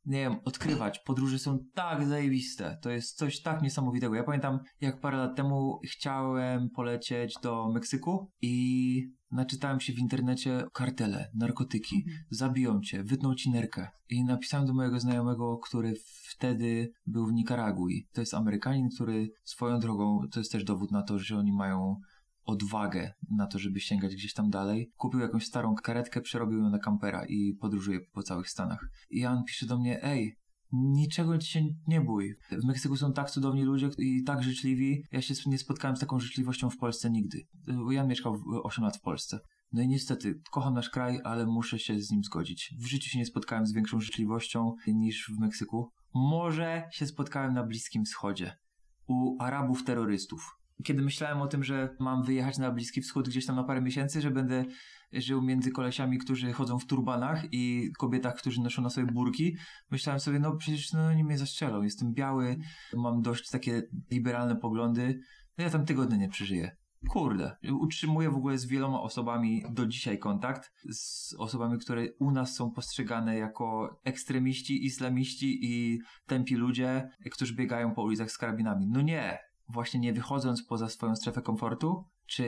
nie wiem, odkrywać. Podróże są tak zajebiste. To jest coś tak niesamowitego. Ja pamiętam, jak parę lat temu chciałem polecieć do Meksyku i naczytałem się w internecie kartele, narkotyki, zabiją cię, wytną ci nerkę. I napisałem do mojego znajomego, który wtedy był w Nikaragui. To jest Amerykanin, który swoją drogą, to jest też dowód na to, że oni mają odwagę na to, żeby sięgać gdzieś tam dalej. Kupił jakąś starą karetkę, przerobił ją na kampera i podróżuje po całych Stanach. I on pisze do mnie, ej, niczego ci się nie bój. W Meksyku są tak cudowni ludzie i tak życzliwi. Ja się nie spotkałem z taką życzliwością w Polsce nigdy. Bo Jan mieszkał 8 lat w Polsce. No i niestety, kocham nasz kraj, ale muszę się z nim zgodzić. W życiu się nie spotkałem z większą życzliwością niż w Meksyku. Może się spotkałem na Bliskim Wschodzie. U Arabów terrorystów. Kiedy myślałem o tym, że mam wyjechać na Bliski Wschód gdzieś tam na parę miesięcy, że będę żył między kolesiami, którzy chodzą w turbanach i kobietach, którzy noszą na sobie burki, myślałem sobie, no przecież oni mnie zastrzelą. Jestem biały, mam dość takie liberalne poglądy. No ja tam tygodnia nie przeżyję. Kurde. Utrzymuję w ogóle z wieloma osobami do dzisiaj kontakt. Z osobami, które u nas są postrzegane jako ekstremiści, islamiści i tępi ludzie, którzy biegają po ulicach z karabinami. No nie. Właśnie nie wychodząc poza swoją strefę komfortu, czy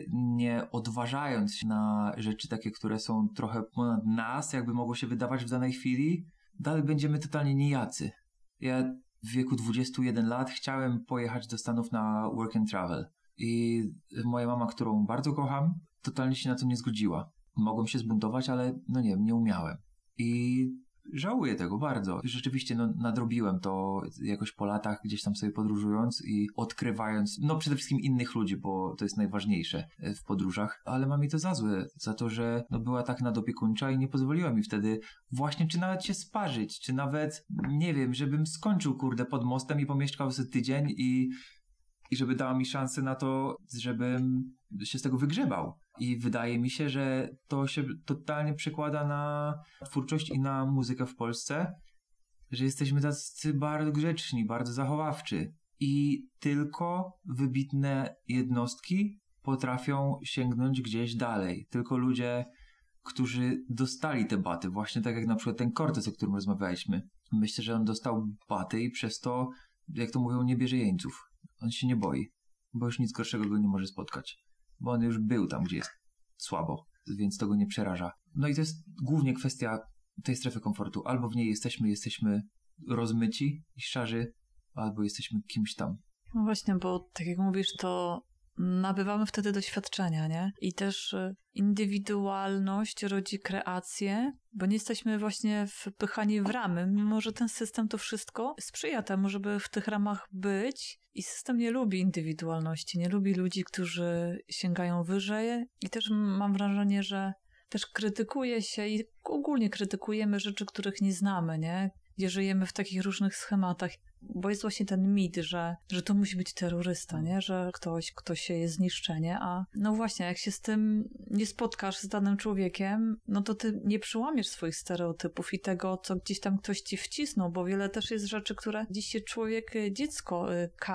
nie odważając się na rzeczy takie, które są trochę ponad nas, jakby mogło się wydawać w danej chwili, dalej będziemy totalnie nijacy. Ja w wieku 21 lat chciałem pojechać do Stanów na work and travel i moja mama, którą bardzo kocham, totalnie się na to nie zgodziła. Mogłem się zbuntować, ale no nie umiałem. I żałuję tego bardzo. Rzeczywiście nadrobiłem to jakoś po latach, gdzieś tam sobie podróżując i odkrywając, przede wszystkim innych ludzi, bo to jest najważniejsze w podróżach, ale mam mi to za złe, za to, że była tak nadopiekuńcza i nie pozwoliła mi wtedy właśnie, czy nawet się sparzyć, czy nawet, nie wiem, żebym skończył, pod mostem i pomieszkał sobie tydzień i żeby dała mi szansę na to, żebym się z tego wygrzebał. I wydaje mi się, że to się totalnie przekłada na twórczość i na muzykę w Polsce, że jesteśmy tacy bardzo grzeczni, bardzo zachowawczy. I tylko wybitne jednostki potrafią sięgnąć gdzieś dalej. Tylko ludzie, którzy dostali te baty, właśnie tak jak na przykład ten Cortez, o którym rozmawialiśmy. Myślę, że on dostał baty i przez to, jak to mówią, nie bierze jeńców. On się nie boi, bo już nic gorszego go nie może spotkać. Bo on już był tam, gdzie jest słabo, więc to go nie przeraża. No i to jest głównie kwestia tej strefy komfortu. Albo w niej jesteśmy rozmyci i szarzy, albo jesteśmy kimś tam. No właśnie, bo tak jak mówisz, to nabywamy wtedy doświadczenia, nie? I też indywidualność rodzi kreację, bo nie jesteśmy właśnie wpychani w ramy, mimo że ten system to wszystko sprzyja temu, żeby w tych ramach być. I system nie lubi indywidualności, nie lubi ludzi, którzy sięgają wyżej. I też mam wrażenie, że też krytykuje się i ogólnie krytykujemy rzeczy, których nie znamy, nie? Gdzie żyjemy w takich różnych schematach. Bo jest właśnie ten mit, że to musi być terrorysta, nie? Że kto się jest zniszczenie, a no właśnie, jak się z tym nie spotkasz z danym człowiekiem, no to ty nie przełamiesz swoich stereotypów i tego, co gdzieś tam ktoś ci wcisnął, bo wiele też jest rzeczy, które dziś się dziecko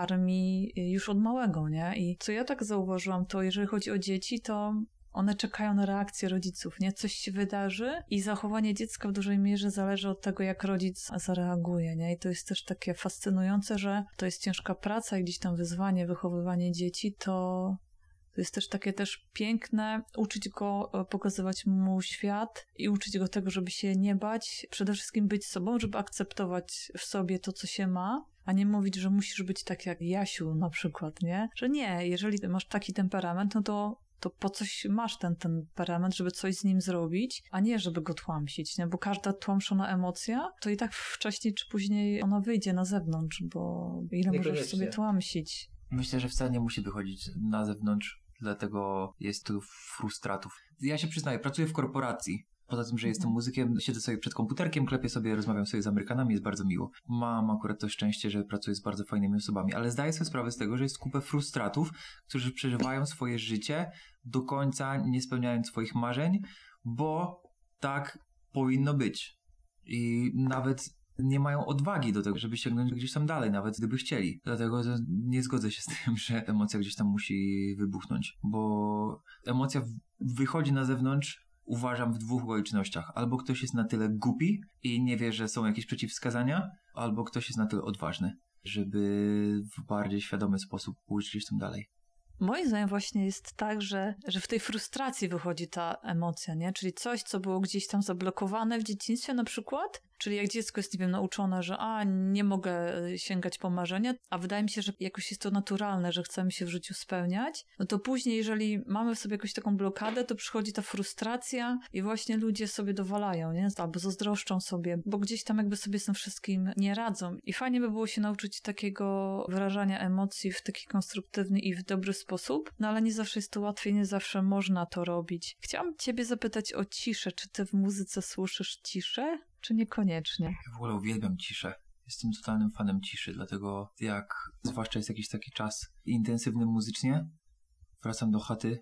karmi już od małego, nie? I co ja tak zauważyłam, to jeżeli chodzi o dzieci, to one czekają na reakcję rodziców, nie? Coś się wydarzy i zachowanie dziecka w dużej mierze zależy od tego, jak rodzic zareaguje, nie? I to jest też takie fascynujące, że to jest ciężka praca i gdzieś tam wyzwanie, wychowywanie dzieci, to jest też takie też piękne, uczyć go, pokazywać mu świat i uczyć go tego, żeby się nie bać, przede wszystkim być sobą, żeby akceptować w sobie to, co się ma, a nie mówić, że musisz być tak jak Jasiu na przykład, nie? Że nie, jeżeli masz taki temperament, no to po coś masz ten temperament, żeby coś z nim zrobić, a nie żeby go tłamsić, nie? Bo każda tłamszona emocja, to i tak wcześniej czy później ona wyjdzie na zewnątrz, bo ile możesz sobie tłamsić? Myślę, że wcale nie musi wychodzić na zewnątrz, dlatego jest tu frustratów. Ja się przyznaję, pracuję w korporacji. Poza tym, że jestem muzykiem, siedzę sobie przed komputerkiem, klepię sobie, rozmawiam sobie z Amerykanami, jest bardzo miło. Mam akurat to szczęście, że pracuję z bardzo fajnymi osobami, ale zdaję sobie sprawę z tego, że jest kupę frustratów, którzy przeżywają swoje życie do końca, nie spełniając swoich marzeń, bo tak powinno być. I nawet nie mają odwagi do tego, żeby sięgnąć gdzieś tam dalej, nawet gdyby chcieli. Dlatego nie zgodzę się z tym, że emocja gdzieś tam musi wybuchnąć, bo emocja wychodzi na zewnątrz uważam w dwóch okolicznościach. Albo ktoś jest na tyle głupi i nie wie, że są jakieś przeciwwskazania, albo ktoś jest na tyle odważny, żeby w bardziej świadomy sposób pójść gdzieś tam dalej. Moim zdaniem właśnie jest tak, że w tej frustracji wychodzi ta emocja, nie? Czyli coś, co było gdzieś tam zablokowane w dzieciństwie na przykład, czyli jak dziecko jest, nie wiem, nauczone, że nie mogę sięgać po marzenia, a wydaje mi się, że jakoś jest to naturalne, że chcemy się w życiu spełniać, no to później, jeżeli mamy w sobie jakąś taką blokadę, to przychodzi ta frustracja i właśnie ludzie sobie dowalają, nie? Albo zazdroszczą sobie, bo gdzieś tam jakby sobie z tym wszystkim nie radzą. I fajnie by było się nauczyć takiego wyrażania emocji w taki konstruktywny i w dobry sposób, no ale nie zawsze jest to łatwiej, nie zawsze można to robić. Chciałam ciebie zapytać o ciszę. Czy ty w muzyce słyszysz ciszę? Czy niekoniecznie? Ja w ogóle uwielbiam ciszę. Jestem totalnym fanem ciszy, dlatego jak zwłaszcza jest jakiś taki czas intensywny muzycznie, wracam do chaty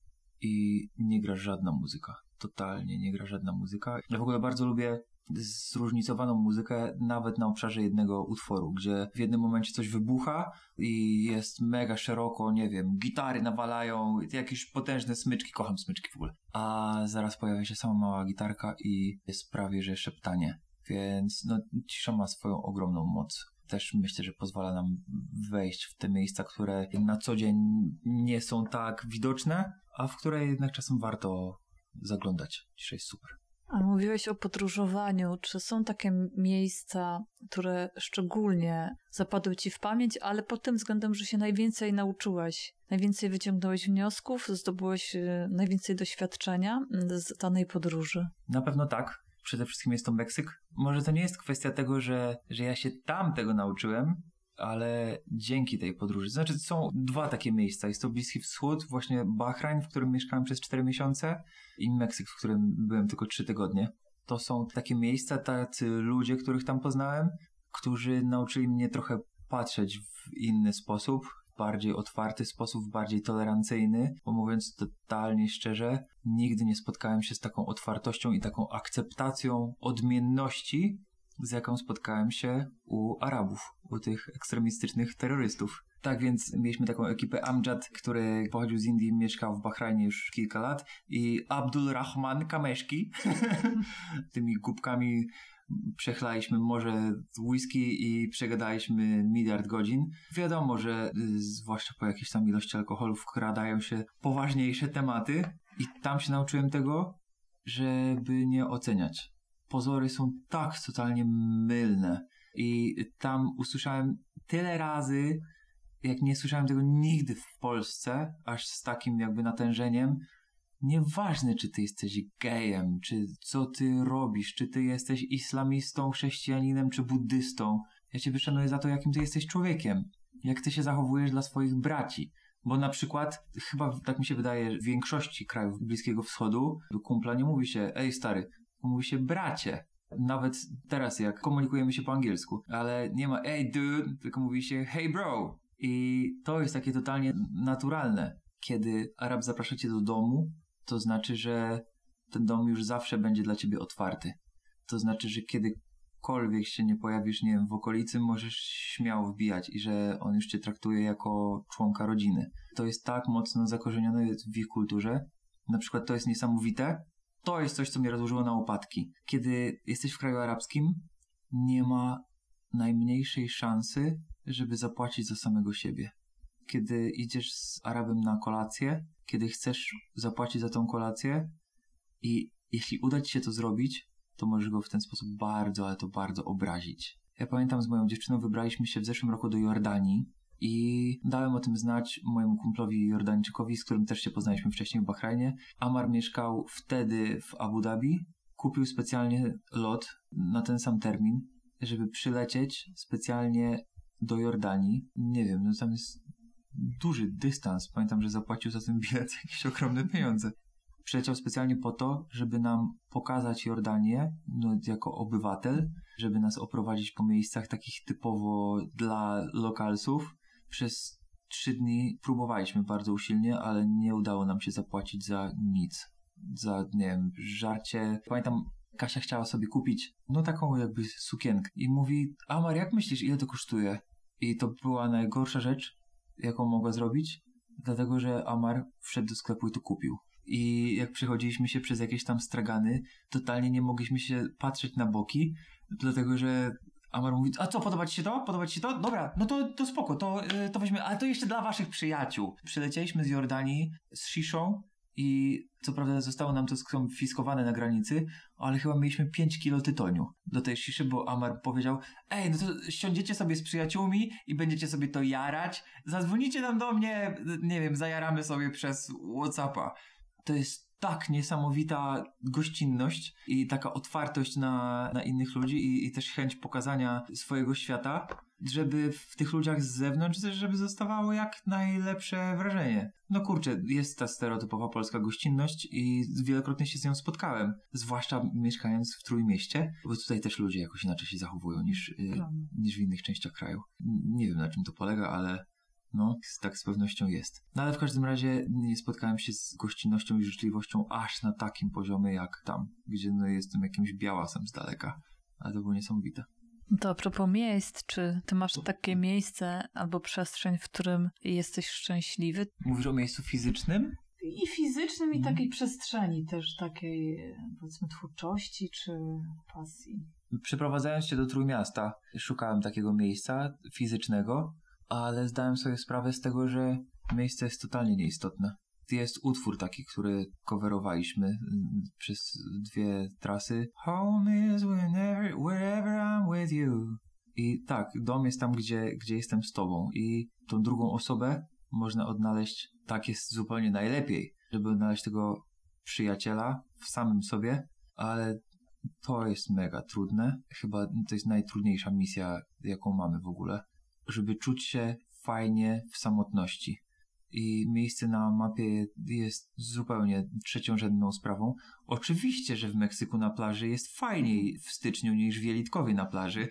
i nie gra żadna muzyka. Totalnie nie gra żadna muzyka. Ja w ogóle bardzo lubię zróżnicowaną muzykę nawet na obszarze jednego utworu, gdzie w jednym momencie coś wybucha i jest mega szeroko, nie wiem, gitary nawalają, jakieś potężne smyczki, kocham smyczki w ogóle, a zaraz pojawia się sama mała gitarka i jest prawie że szeptanie, więc no cisza ma swoją ogromną moc. Też myślę, że pozwala nam wejść w te miejsca, które na co dzień nie są tak widoczne, a w które jednak czasem warto zaglądać. Cisza jest super. A mówiłeś o podróżowaniu. Czy są takie miejsca, które szczególnie zapadły ci w pamięć, ale pod tym względem, że się najwięcej nauczyłeś, najwięcej wyciągnąłeś wniosków, zdobyłeś najwięcej doświadczenia z danej podróży? Na pewno tak. Przede wszystkim jest to Meksyk. Może to nie jest kwestia tego, że ja się tam tego nauczyłem, ale dzięki tej podróży. Znaczy są dwa takie miejsca. Jest to Bliski Wschód, właśnie Bahrajn, w którym mieszkałem przez 4 miesiące i Meksyk, w którym byłem tylko 3 tygodnie. To są takie miejsca, tacy ludzie, których tam poznałem, którzy nauczyli mnie trochę patrzeć w inny sposób, bardziej otwarty sposób, bardziej tolerancyjny, bo mówiąc totalnie szczerze, nigdy nie spotkałem się z taką otwartością i taką akceptacją odmienności, z jaką spotkałem się u Arabów, u tych ekstremistycznych terrorystów. Tak więc mieliśmy taką ekipę Amjad, który pochodził z Indii, mieszkał w Bahrajnie już kilka lat, i Abdul Rahman Kameszki. Tymi głupkami przechlaliśmy morze whisky i przegadaliśmy 1 miliard godzin. Wiadomo, że zwłaszcza po jakiejś tam ilości alkoholu wkradają się poważniejsze tematy i tam się nauczyłem tego, żeby nie oceniać. Pozory są tak totalnie mylne i tam usłyszałem tyle razy, jak nie słyszałem tego nigdy w Polsce, aż z takim jakby natężeniem. Nieważne, czy ty jesteś gejem, czy co ty robisz, czy ty jesteś islamistą, chrześcijaninem, czy buddystą. Ja ciebie szanuję za to, jakim ty jesteś człowiekiem. Jak ty się zachowujesz dla swoich braci. Bo na przykład, chyba tak mi się wydaje, w większości krajów Bliskiego Wschodu do kumpla nie mówi się ej stary, mówi się bracie. Nawet teraz jak komunikujemy się po angielsku. Ale nie ma ej dude, tylko mówi się hey bro. I to jest takie totalnie naturalne. Kiedy Arab zaprasza cię do domu, to znaczy, że ten dom już zawsze będzie dla ciebie otwarty. To znaczy, że kiedykolwiek się nie pojawisz, nie wiem, w okolicy, możesz śmiało wbijać i że on już cię traktuje jako członka rodziny. To jest tak mocno zakorzenione w ich kulturze. Na przykład to jest niesamowite. To jest coś, co mnie rozłożyło na łopatki. Kiedy jesteś w kraju arabskim, nie ma najmniejszej szansy, żeby zapłacić za samego siebie. Kiedy idziesz z Arabem na kolację, kiedy chcesz zapłacić za tą kolację i jeśli uda ci się to zrobić, to możesz go w ten sposób bardzo, ale to bardzo obrazić. Ja pamiętam, z moją dziewczyną wybraliśmy się w zeszłym roku do Jordanii i dałem o tym znać mojemu kumplowi Jordańczykowi, z którym też się poznaliśmy wcześniej w Bahrajnie. Amar mieszkał wtedy w Abu Dhabi, kupił specjalnie lot na ten sam termin, żeby przylecieć specjalnie do Jordanii. Nie wiem, no tam jest duży dystans. Pamiętam, że zapłacił za ten bilet jakieś ogromne pieniądze. Przyleciał specjalnie po to, żeby nam pokazać Jordanię, no, jako obywatel, żeby nas oprowadzić po miejscach takich typowo dla lokalsów. Przez 3 dni próbowaliśmy bardzo usilnie, ale nie udało nam się zapłacić za nic. Za, nie wiem, żarcie. Pamiętam, Kasia chciała sobie kupić, no taką jakby sukienkę. I mówi, Amar, jak myślisz, ile to kosztuje? I to była najgorsza rzecz, jaką mogła zrobić, dlatego, że Amar wszedł do sklepu i to kupił. i jak przechodziliśmy się przez jakieś tam stragany, totalnie nie mogliśmy się patrzeć na boki, dlatego że Amar mówi, a co, podoba ci się to? Podoba ci się to? Dobra, no to spoko, to weźmy, ale to jeszcze dla waszych przyjaciół. Przylecieliśmy z Jordanii z sziszą i co prawda zostało nam to skonfiskowane na granicy, ale chyba mieliśmy 5 kilo tytoniu do tej sziszy, bo Amar powiedział, no to siądziecie sobie z przyjaciółmi i będziecie sobie to jarać, zadzwonicie nam do mnie, nie wiem, zajaramy sobie przez WhatsAppa. To jest tak niesamowita gościnność i taka otwartość na innych ludzi i też chęć pokazania swojego świata, żeby w tych ludziach z zewnątrz też, żeby zostawało jak najlepsze wrażenie. No kurczę, jest ta stereotypowa polska gościnność i wielokrotnie się z nią spotkałem, zwłaszcza mieszkając w Trójmieście, bo tutaj też ludzie jakoś inaczej się zachowują niż w innych częściach kraju. Nie wiem, na czym to polega, ale no, tak z pewnością jest. No ale w każdym razie nie spotkałem się z gościnnością i życzliwością aż na takim poziomie jak tam, gdzie no jestem jakimś białasem z daleka. Ale to było niesamowite. To a propos miejsc, czy ty masz takie miejsce albo przestrzeń, w którym jesteś szczęśliwy? Mówisz o miejscu fizycznym? I fizycznym, i takiej przestrzeni też, takiej powiedzmy twórczości czy pasji. Przeprowadzając się do Trójmiasta, szukałem takiego miejsca fizycznego, ale zdałem sobie sprawę z tego, że miejsce jest totalnie nieistotne. Jest utwór taki, który coverowaliśmy przez 2 trasy. Home is wherever I'm with you. I tak, dom jest tam, gdzie jestem z tobą. I tą drugą osobę można odnaleźć, tak jest zupełnie najlepiej, żeby odnaleźć tego przyjaciela w samym sobie, ale to jest mega trudne. Chyba to jest najtrudniejsza misja, jaką mamy w ogóle. Żeby czuć się fajnie w samotności. I miejsce na mapie jest zupełnie trzeciorzędną sprawą. Oczywiście, że w Meksyku na plaży jest fajniej w styczniu niż w Jelitkowie na plaży.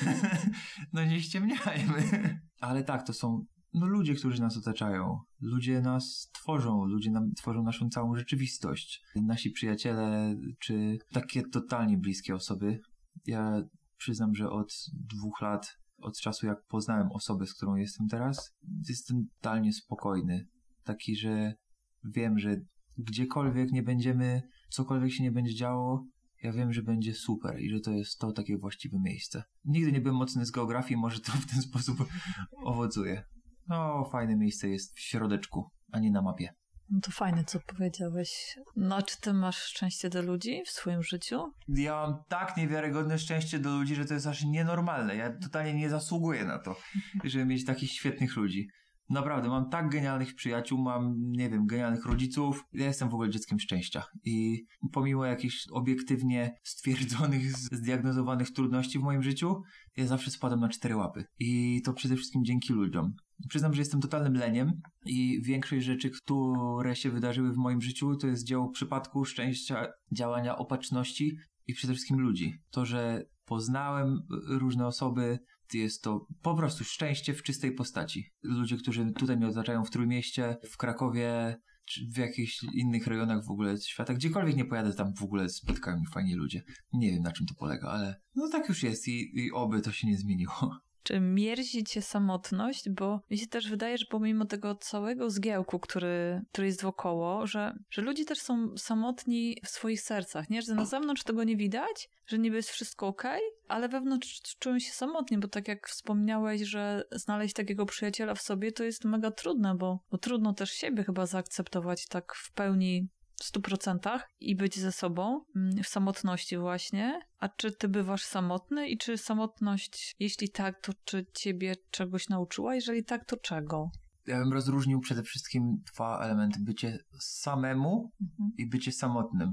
No nie ściemniajmy. Ale tak, to są ludzie, którzy nas otaczają. Ludzie nas tworzą. Ludzie tworzą naszą całą rzeczywistość. Nasi przyjaciele, czy takie totalnie bliskie osoby. Ja przyznam, że od 2 lat, od czasu jak poznałem osobę, z którą jestem teraz, jestem totalnie spokojny. Taki, że wiem, że gdziekolwiek nie będziemy, cokolwiek się nie będzie działo, ja wiem, że będzie super i że to jest to takie właściwe miejsce. Nigdy nie byłem mocny z geografii, może to w ten sposób owocuje. No, fajne miejsce jest w środeczku, a nie na mapie. No to fajne, co powiedziałeś. No a czy ty masz szczęście do ludzi w swoim życiu? Ja mam tak niewiarygodne szczęście do ludzi, że to jest aż nienormalne. Ja totalnie nie zasługuję na to, żeby mieć takich świetnych ludzi. Naprawdę, mam tak genialnych przyjaciół, mam, nie wiem, genialnych rodziców. Ja jestem w ogóle dzieckiem szczęścia. I pomimo jakichś obiektywnie stwierdzonych, zdiagnozowanych trudności w moim życiu, ja zawsze spadam na 4 łapy. I to przede wszystkim dzięki ludziom. Przyznam, że jestem totalnym leniem i większość rzeczy, które się wydarzyły w moim życiu, to jest dzieło przypadku, szczęścia, działania, opatrzności i przede wszystkim ludzi. To, że poznałem różne osoby, jest to po prostu szczęście w czystej postaci. Ludzie, którzy tutaj mnie otaczają w Trójmieście, w Krakowie, czy w jakichś innych rejonach w ogóle świata, gdziekolwiek nie pojadę, tam w ogóle spotkają mi fajni ludzie. Nie wiem, na czym to polega, ale no tak już jest i oby to się nie zmieniło. Czy mierzi cię samotność? Bo mi się też wydaje, że pomimo tego całego zgiełku, który jest wokoło, że ludzie też są samotni w swoich sercach, nie? Że na zewnątrz tego nie widać, że niby jest wszystko okej, ale wewnątrz czują się samotni, bo tak jak wspomniałeś, że znaleźć takiego przyjaciela w sobie to jest mega trudne, bo trudno też siebie chyba zaakceptować tak w pełni, w 100% i być ze sobą w samotności właśnie. A czy ty bywasz samotny i czy samotność, jeśli tak, to czy ciebie czegoś nauczyła? Jeżeli tak, to czego? Ja bym rozróżnił przede wszystkim 2 elementy. Bycie samemu i bycie samotnym.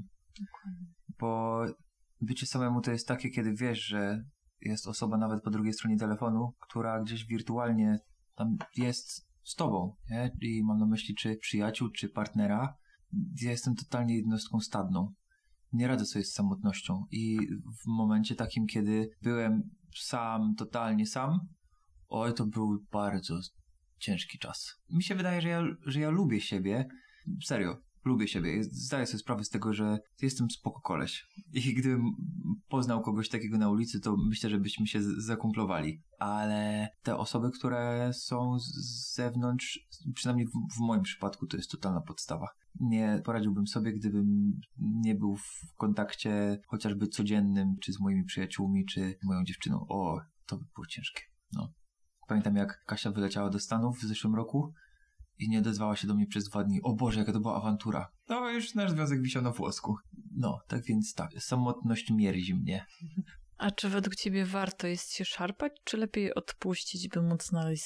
Bo bycie samemu to jest takie, kiedy wiesz, że jest osoba nawet po drugiej stronie telefonu, która gdzieś wirtualnie tam jest z tobą, nie? I mam na myśli czy przyjaciół, czy partnera. Ja jestem totalnie jednostką stadną. Nie radzę sobie z samotnością i w momencie takim, kiedy byłem sam, totalnie sam, to był bardzo ciężki czas. Mi się wydaje, że ja lubię siebie. Serio, lubię siebie. Zdaję sobie sprawę z tego, że jestem spoko koleś. I gdybym poznał kogoś takiego na ulicy, to myślę, że byśmy się zakumplowali. Ale te osoby, które są z zewnątrz, przynajmniej w moim przypadku, to jest totalna podstawa. nie poradziłbym sobie, gdybym nie był w kontakcie chociażby codziennym, czy z moimi przyjaciółmi, czy z moją dziewczyną. O, to by było ciężkie. No. Pamiętam, jak Kasia wyleciała do Stanów w zeszłym roku i nie odezwała się do mnie przez 2 dni. O Boże, jaka to była awantura. No, już nasz związek wisiał na włosku. No, tak więc tak, samotność mierzi mnie. A czy według ciebie warto jest się szarpać, czy lepiej odpuścić, by móc znaleźć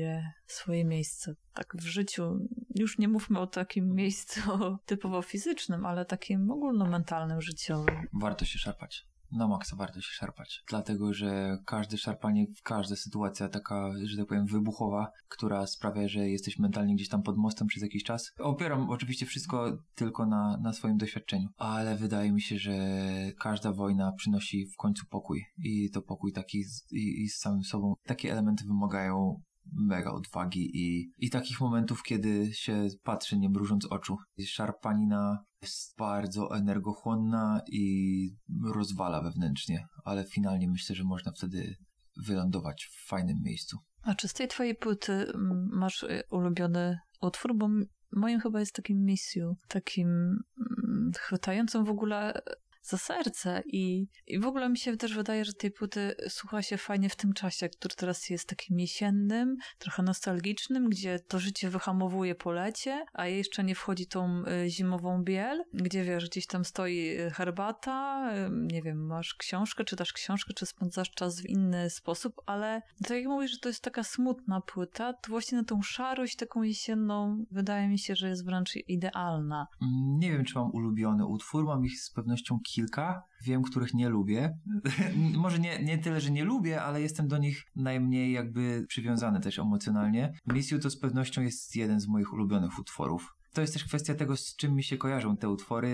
swoje miejsce? Tak w życiu, już nie mówmy o takim miejscu typowo fizycznym, ale takim ogólnomentalnym, życiowym. Warto się szarpać. Na maksa warto się szarpać. Dlatego, że każde szarpanie, każda sytuacja taka, że tak powiem, wybuchowa, która sprawia, że jesteś mentalnie gdzieś tam pod mostem przez jakiś czas. Opieram oczywiście wszystko tylko na swoim doświadczeniu. Ale wydaje mi się, że każda wojna przynosi w końcu pokój. I to pokój taki i z samym sobą. Takie elementy wymagają mega odwagi i takich momentów, kiedy się patrzy, nie mrużąc oczu. Szarpanina jest bardzo energochłonna i rozwala wewnętrznie, ale finalnie myślę, że można wtedy wylądować w fajnym miejscu. A czy z tej twojej płyty masz ulubiony utwór? Bo moim chyba jest takim misją, takim chwytającym w ogóle za serce i w ogóle mi się też wydaje, że tej płyty słucha się fajnie w tym czasie, który teraz jest takim jesiennym, trochę nostalgicznym, gdzie to życie wyhamowuje po lecie, a jeszcze nie wchodzi tą zimową biel, gdzie wiesz, gdzieś tam stoi herbata, nie wiem, masz książkę, czytasz książkę, czy spędzasz czas w inny sposób, ale tak jak mówisz, że to jest taka smutna płyta, to właśnie na tą szarość taką jesienną wydaje mi się, że jest wręcz idealna. Nie wiem, czy mam ulubiony utwór, mam ich z pewnością kilka. Wiem, których nie lubię. Może nie tyle, że nie lubię, ale jestem do nich najmniej jakby przywiązany też emocjonalnie. Miss You to z pewnością jest jeden z moich ulubionych utworów. To jest też kwestia tego, z czym mi się kojarzą te utwory.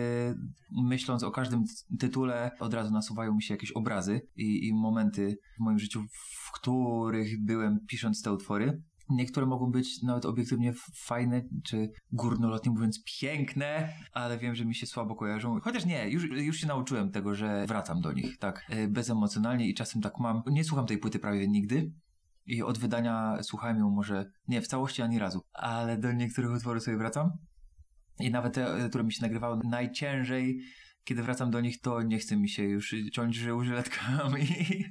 Myśląc o każdym tytule, od razu nasuwają mi się jakieś obrazy i momenty w moim życiu, w których byłem pisząc te utwory. Niektóre mogą być nawet obiektywnie fajne, czy górnolotnie mówiąc piękne, ale wiem, że mi się słabo kojarzą. Chociaż nie, już się nauczyłem tego, że wracam do nich, tak, bezemocjonalnie i czasem tak mam. Nie słucham tej płyty prawie nigdy i od wydania słuchałem ją może, nie w całości ani razu, ale do niektórych utworów sobie wracam. I nawet te, które mi się nagrywały najciężej, kiedy wracam do nich, to nie chce mi się już ciąć żył żyletkami.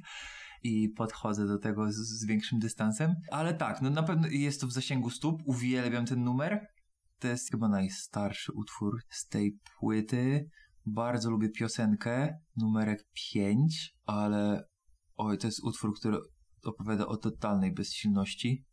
I podchodzę do tego z większym dystansem. Ale tak, no na pewno jest to w zasięgu stóp. Uwielbiam ten numer. To jest chyba najstarszy utwór z tej płyty. Bardzo lubię piosenkę, numerek 5, ale to jest utwór, który opowiada o totalnej bezsilności.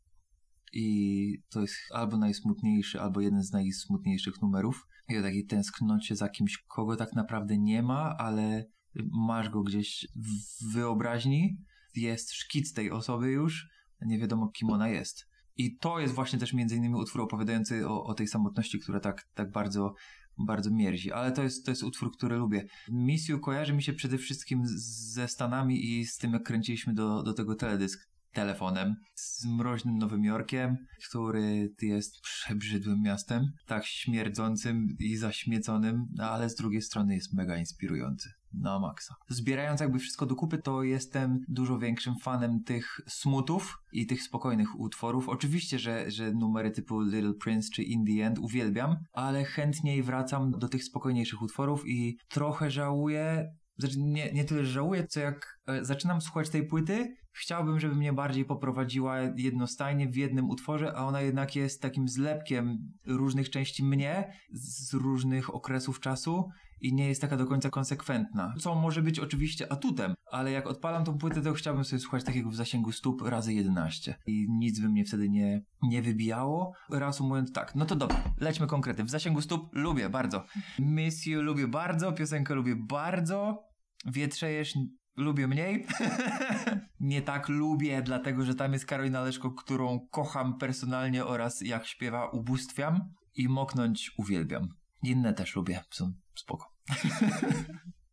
I to jest albo najsmutniejszy, albo jeden z najsmutniejszych numerów. I o takiej tęsknocie za kimś, kogo tak naprawdę nie ma, ale masz go gdzieś w wyobraźni. Jest szkic tej osoby już, nie wiadomo kim ona jest. I to jest właśnie też między innymi utwór opowiadający o tej samotności, która tak bardzo, bardzo mierzi. Ale to jest utwór, który lubię. Miss You kojarzy mi się przede wszystkim ze Stanami i z tym, jak kręciliśmy do tego teledysk telefonem, z mroźnym Nowym Jorkiem, który jest przebrzydłym miastem, tak śmierdzącym i zaśmieconym, ale z drugiej strony jest mega inspirujący. Na maksa. Zbierając jakby wszystko do kupy, to jestem dużo większym fanem tych smutów i tych spokojnych utworów. Oczywiście, że numery typu Little Prince czy In The End uwielbiam, ale chętniej wracam do tych spokojniejszych utworów i trochę żałuję, znaczy nie tyle, że żałuję, co jak zaczynam słuchać tej płyty, chciałbym, żeby mnie bardziej poprowadziła jednostajnie w jednym utworze, a ona jednak jest takim zlepkiem różnych części mnie, z różnych okresów czasu i nie jest taka do końca konsekwentna. Co może być oczywiście atutem, ale jak odpalam tą płytę, to chciałbym sobie słuchać takiego w zasięgu stóp razy 11. I nic by mnie wtedy nie wybijało. Reasumując tak, no to dobra, lećmy konkretnie. W zasięgu stóp lubię bardzo. Miss You lubię bardzo, piosenkę lubię bardzo. Wietrzejesz lubię mniej. Nie tak lubię, dlatego że tam jest Karolina Leszko, którą kocham personalnie oraz jak śpiewa ubóstwiam i Moknąć uwielbiam. Inne też lubię, są spoko.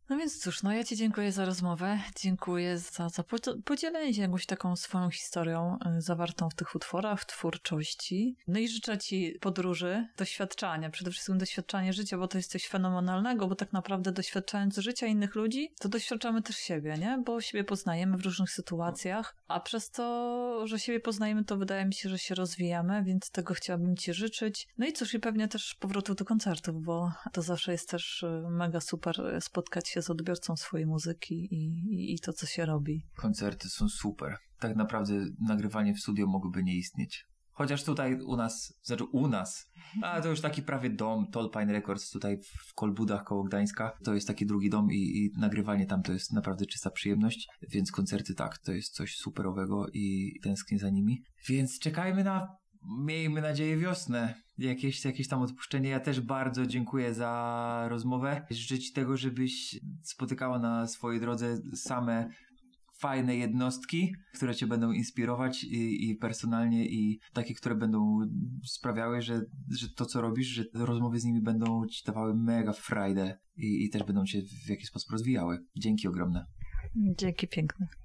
No więc cóż, no ja Ci dziękuję za rozmowę, dziękuję za podzielenie się jakąś taką swoją historią zawartą w tych utworach, w twórczości. No i życzę Ci podróży, doświadczania, przede wszystkim doświadczania życia, bo to jest coś fenomenalnego, bo tak naprawdę doświadczając życia innych ludzi, to doświadczamy też siebie, nie? Bo siebie poznajemy w różnych sytuacjach, a przez to, że siebie poznajemy, to wydaje mi się, że się rozwijamy, więc tego chciałabym Ci życzyć. No i cóż, i pewnie też powrotu do koncertów, bo to zawsze jest też mega super spotkać się z odbiorcą swojej muzyki i to, co się robi. Koncerty są super. Tak naprawdę nagrywanie w studio mogłoby nie istnieć. Chociaż tutaj u nas, a to już taki prawie dom, Tall Pine Records tutaj w Kolbudach koło Gdańska, to jest taki drugi dom i nagrywanie tam to jest naprawdę czysta przyjemność, więc koncerty tak, to jest coś superowego i tęsknię za nimi. Więc czekajmy miejmy nadzieję, wiosnę. Jakieś tam odpuszczenie. Ja też bardzo dziękuję za rozmowę. Życzę Ci tego, żebyś spotykała na swojej drodze same fajne jednostki, które Cię będą inspirować i personalnie i takie, które będą sprawiały, że to, co robisz, że rozmowy z nimi będą Ci dawały mega frajdę i też będą Cię w jakiś sposób rozwijały. Dzięki ogromne. Dzięki piękne.